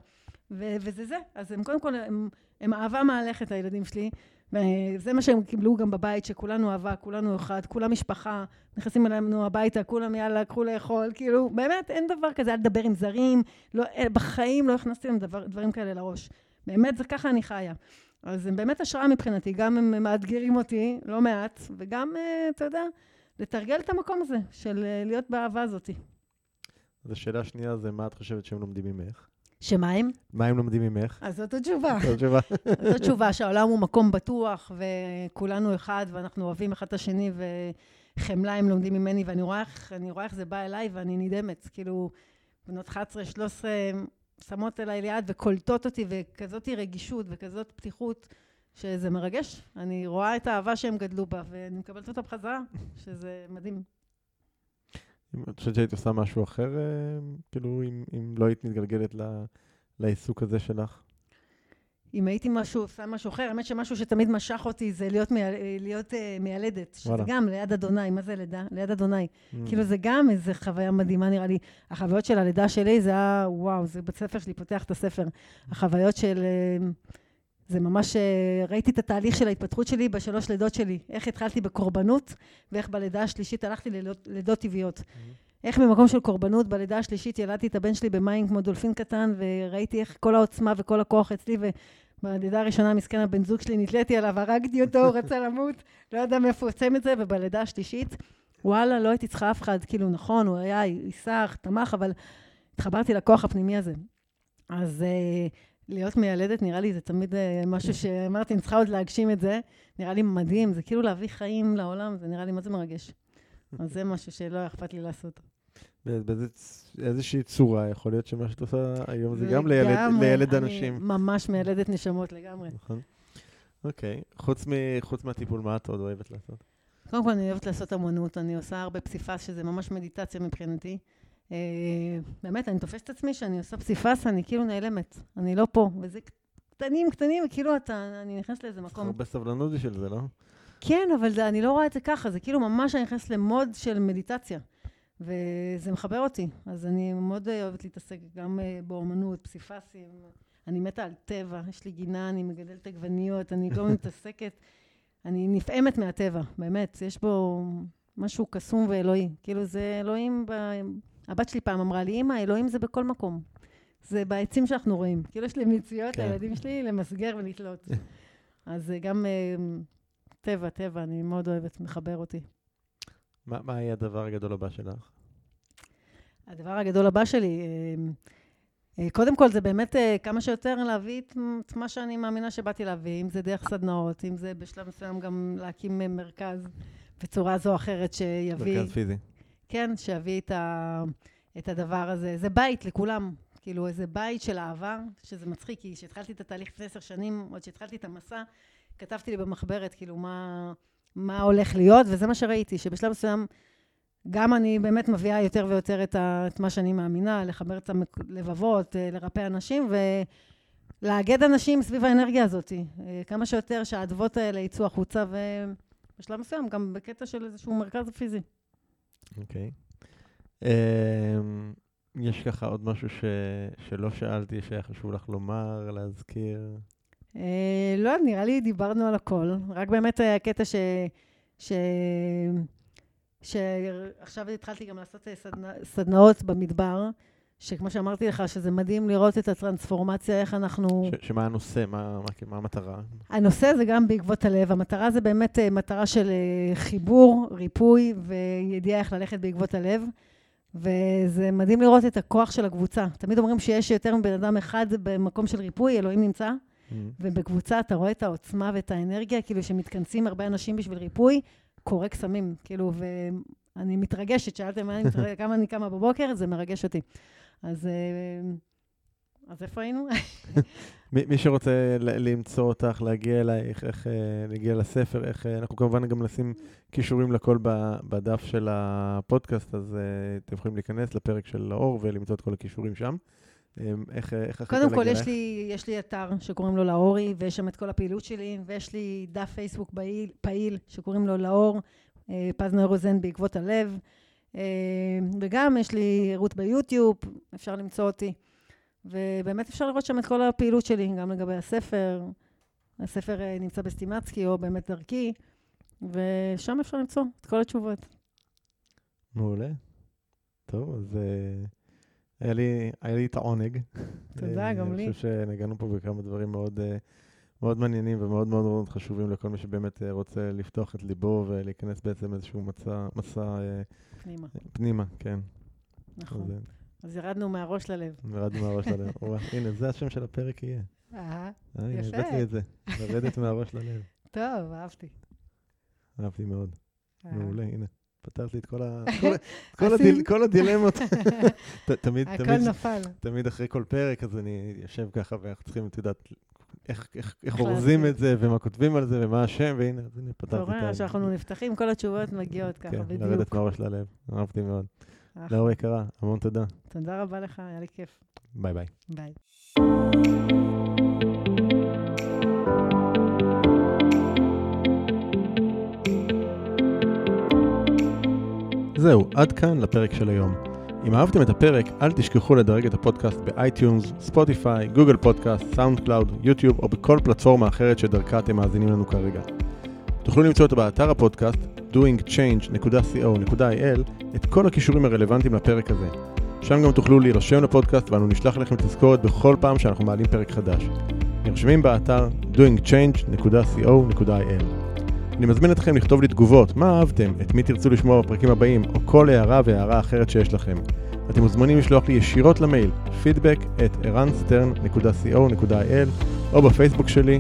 וזה זה. אז הם קודם כל, הם אהבה מהלכת, הילדים שלי. וזה מה שהם קיבלו גם בבית, שכולנו אהבה, כולנו אחד, כולם משפחה, נכנסים אלינו הביתה, כולם יאללה, קחו לאכול, כאילו, באמת אין דבר כזה, אל לדבר עם זרים, לא, בחיים לא הכנסתי להם דברים כאלה לראש. באמת, זה ככה אני חיה. אז הם באמת השראה מבחינתי, גם הם מאתגרים אותי, לא מעט, וגם, אתה יודע, לתרגל את המקום הזה, של להיות באהבה הזאת. אז השאלה השנייה זה, מה את חושבת שהם לומדים ממך? שמה הם? מה הם לומדים ממך? אז זאת התשובה. זאת התשובה, שהעולם הוא מקום בטוח, וכולנו אחד, ואנחנו אוהבים אחד את השני, וחמלה הם לומדים ממני, ואני רואה איך זה בא אליי, ואני נדהמת. כאילו, בנות 11, 13, שמות אליי ליד, וקולטות אותי, וכזאת רגישות, וכזאת פתיחות, שזה מרגש. אני רואה את האהבה שהם גדלו בה, ואני מקבלת אותה בחזרה, שזה מדהים. את חושבת שהיית עושה משהו אחר, כאילו, אם לא היית מתגלגלת לעיסוק הזה שלך? אם הייתי עושה משהו אחר, האמת שמשהו שתמיד משך אותי זה להיות מיילדת, שזה גם ליד אדוני. מה זה לידה? ליד אדוני. כאילו זה גם איזו חוויה מדהימה, נראה לי. החוויות של הלידה שלי זה היה, וואו, זה בית ספר שלי, פותח את הספר. החוויות של... זה ממש, ראיתי את התהליך של ההתפתחות שלי ב3 לידות שלי. איך התחלתי בקורבנות, ואיך בלידה השלישית הלכתי ללידות טבעיות. איך ממקום של קורבנות, בלידה השלישית ילדתי את הבן שלי במים כמו דולפין קטן, וראיתי איך כל העוצמה וכל הכוח אצלי, ובלידה הראשונה מסכן הבן זוג שלי, נתליתי עליו, הרגתי אותו, הוא רצה למות, לא יודע מאיפה עוצם את זה, ובלידה השלישית, וואלה, לא הייתי צריכה אף אחד, כאילו נכון, הוא היה ייסח, תמך, אבל התחברתי לכוח הפנימי הזה. אז להיות מיילדת, נראה לי, זה תמיד משהו שאמרתי, אני צריכה עוד להגשים את זה, נראה לי מדהים, זה כאילו להביא חיים לעולם, זה נראה לי מה זה מרגש. אז זה משהו שלא אכפת לי לעשות. באיזושהי צורה, יכול להיות שמה שאת עושה היום זה גם לילד אנשים. אני ממש מיילדת נשמות לגמרי. נכון. אוקיי. חוץ מהטיפול, מה את עוד אוהבת לעשות? קודם כל, אני אוהבת לעשות אמנות, אני עושה הרבה פסיפס, שזה ממש מדיטציה מבחינתי. באמת, אני תופסת את עצמי שאני עושה פסיפס, אני כאילו נעלמת. אני לא פה, וזה קטנים, כאילו אני נכנסת לאיזה מקום. הרבה סבלנות בשביל זה, לא? כן, אבל אני לא רואה את זה ככה, זה כאילו ממש אני נכנסת למוד של מדיטציה, וזה מחבר אותי. אז אני מאוד אוהבת להתעסק גם באומנות, פסיפסים, אני מתה על טבע, יש לי גינה, אני מגדלת עגבניות, אני גם מתעסקת, אני נפעמת מהטבע, באמת, יש בו משהו קסום ואלוהי, כאילו זה אלוהים, הבת שלי פעם אמרה לי, אמא, אלוהים זה בכל מקום, זה בעצים שאנחנו רואים, כאילו יש לי מציאות, הילדים שלי למסגר ולתלות, אז גם טבע, אני מאוד אוהבת, מחבר אותי. מה יהיה הדבר הגדול הבא שלך? הדבר הגדול הבא שלי, קודם כל זה באמת כמה שיותר להביא את מה שאני מאמינה שבאתי להביא, אם זה דרך סדנאות, אם זה בשלב מסוים גם להקים מרכז בצורה זו או אחרת שיביא... מרכז פיזי. כן, שיביא את הדבר הזה. זה בית לכולם. כאילו, איזה בית של אהבה, שזה מצחיק, כי כשהתחלתי את התהליך לפני 10 שנים, עוד שהתחלתי את המסע, כתבתי לי במחברת, כאילו, מה הולך להיות, וזה מה שראיתי, שבשלב מסוים, גם אני באמת מביאה יותר ויותר את מה שאני מאמינה, לחבר את הלבבות, לרפא אנשים, ולאגד אנשים סביב האנרגיה הזאת. כמה שיותר שהעדבות האלה יצאו החוצה, ובשלב מסוים, גם בקטע של איזשהו מרכז פיזי. אוקיי. יש ככה עוד משהו שלא שאלתי, שהיה חשוב לך לומר, להזכיר? לא, נראה לי דיברנו על הכל. רק באמת הקטע שעכשיו התחלתי גם לעשות סדנאות במדבר, שכמו שאמרתי לך, שזה מדהים לראות את הטרנספורמציה, איך אנחנו... שמה הנושא? מה המטרה? הנושא זה גם בעקבות הלב. המטרה זה באמת מטרה של חיבור, ריפוי וידיעה איך ללכת בעקבות הלב. וזה מדהים לראות את הכוח של הקבוצה. תמיד אומרים שיש יותר מבן אדם אחד במקום של ריפוי, אלוהים נמצא, ובקבוצה אתה רואה את העוצמה ואת האנרגיה, כאילו שמתכנסים הרבה אנשים בשביל ריפוי, קורא קסמים, כאילו, ואני מתרגשת, שאלתם כמה אני קמה בבוקר, זה מרגש אותי. אז איפה היינו? מי שרוצה למצוא אותך, להגיע אלייך, איך להגיע לספר, איך אנחנו כמובן גם נשים קישורים לכל בדף של הפודקאסט, אז אתם יכולים להיכנס לפרק של לאור ולמצוא את כל הקישורים שם. קודם כל, יש לי אתר שקוראים לו לאורי, ויש שם את כל הפעילות שלי, ויש לי דף פייסבוק פעיל שקוראים לו לאור, פז נוירוזן בעקבות הלב, וגם יש לי ערוץ ביוטיוב, אפשר למצוא אותי. ובאמת אפשר לראות שם את כל הפעילות שלי, גם לגבי הספר. הספר נמצא בסטימצקי או באמת דרכי, ושם אפשר למצוא את כל התשובות. מעולה. טוב, אז היה לי את העונג. תודה, גם לי. אני חושב שנגענו פה בכמה דברים מאוד, מאוד מעניינים ומאוד מאוד מאוד חשובים לכל מי שבאמת רוצה לפתוח את ליבו ולהיכנס בעצם איזשהו מסע פנימה, כן. נכון. אז ירדנו מהראש ללב. ירדנו מהראש ללב. הנה, זה השם של הפרק יהיה. יפה. הבאת לי את זה. לרדת מהראש ללב. טוב, אהבתי. אהבתי מאוד. מעולה, הנה. פתרת לי את כל הדילמות. הכל נפל. תמיד אחרי כל פרק, אז אני יושב ככה, ואנחנו צריכים, את יודעת, איך אורזים את זה, ומה כותבים על זה, ומה השם, והנה, אז הנה, פתרתי את זה. קורה, שאנחנו נפתחים, כל התשובות מגיעות ככה, בדיוק. כן, לרדת מהראש ללב. אהבתי מאוד. לאור יקרה, המון תודה. תודה רבה לך, היה לי כיף. ביי ביי. ביי. זהו, עד כאן לפרק של היום. אם אהבתם את הפרק, אל תשכחו לדרג את הפודקאסט באייטיונס, ספוטיפיי, גוגל פודקאסט, סאונד קלאוד, יוטיוב או בכל פלטפורמה אחרת שדרכה אתם מאזינים לנו כרגע. תוכלו למצוא אותו באתר הפודקאסט doingchange.co.il את כל הכישורים הרלוונטיים לפרק הזה. שם גם תוכלו להירשם לפודקאסט ואנו נשלח לכם תזכורת בכל פעם שאנחנו מעלים פרק חדש. נרשמים באתר doingchange.co.il. אני מזמין אתכם לכתוב לי תגובות, מה אהבתם, את מי תרצו לשמוע בפרקים הבאים, או כל הערה והערה אחרת שיש לכם. אתם מוזמנים לשלוח לי ישירות למייל, feedback@eranstern.co.il, או בפייסבוק שלי,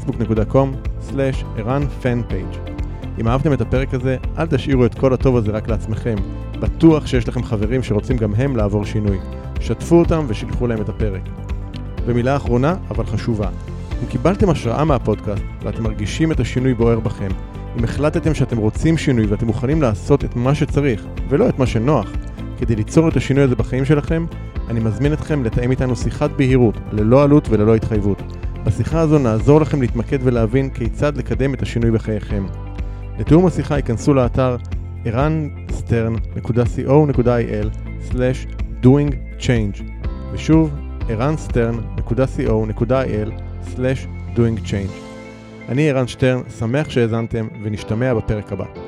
facebook.com/eranfanpage. אם אהבתם את הפרק הזה, אל תשאירו את כל הטוב הזה רק לעצמכם. בטוח שיש לכם חברים שרוצים גם הם לעבור שינוי. שתפו אותם ושילחו להם את הפרק. במילה אחרונה, אבל חשובה. אם קיבלתם השראה מהפודקאסט ואתם מרגישים את השינוי בוער בכם, אם החלטתם שאתם רוצים שינוי ואתם מוכנים לעשות את מה שצריך ולא את מה שנוח, כדי ליצור את השינוי הזה בחיים שלכם, אני מזמין אתכם לתאם איתנו שיחת בהירות, ללא עלות וללא התחייבות. בשיחה הזו נעזור לכם להתמקד ולהבין כיצד לקדם את השינוי בחייכם. לתיאום השיחה ייכנסו לאתר eranstern.co.il/doingchange ושוב eranstern.co.il/doingchange. אני ערן שטרן, שמח שהאזנתם ונשתמע בפרק הבא.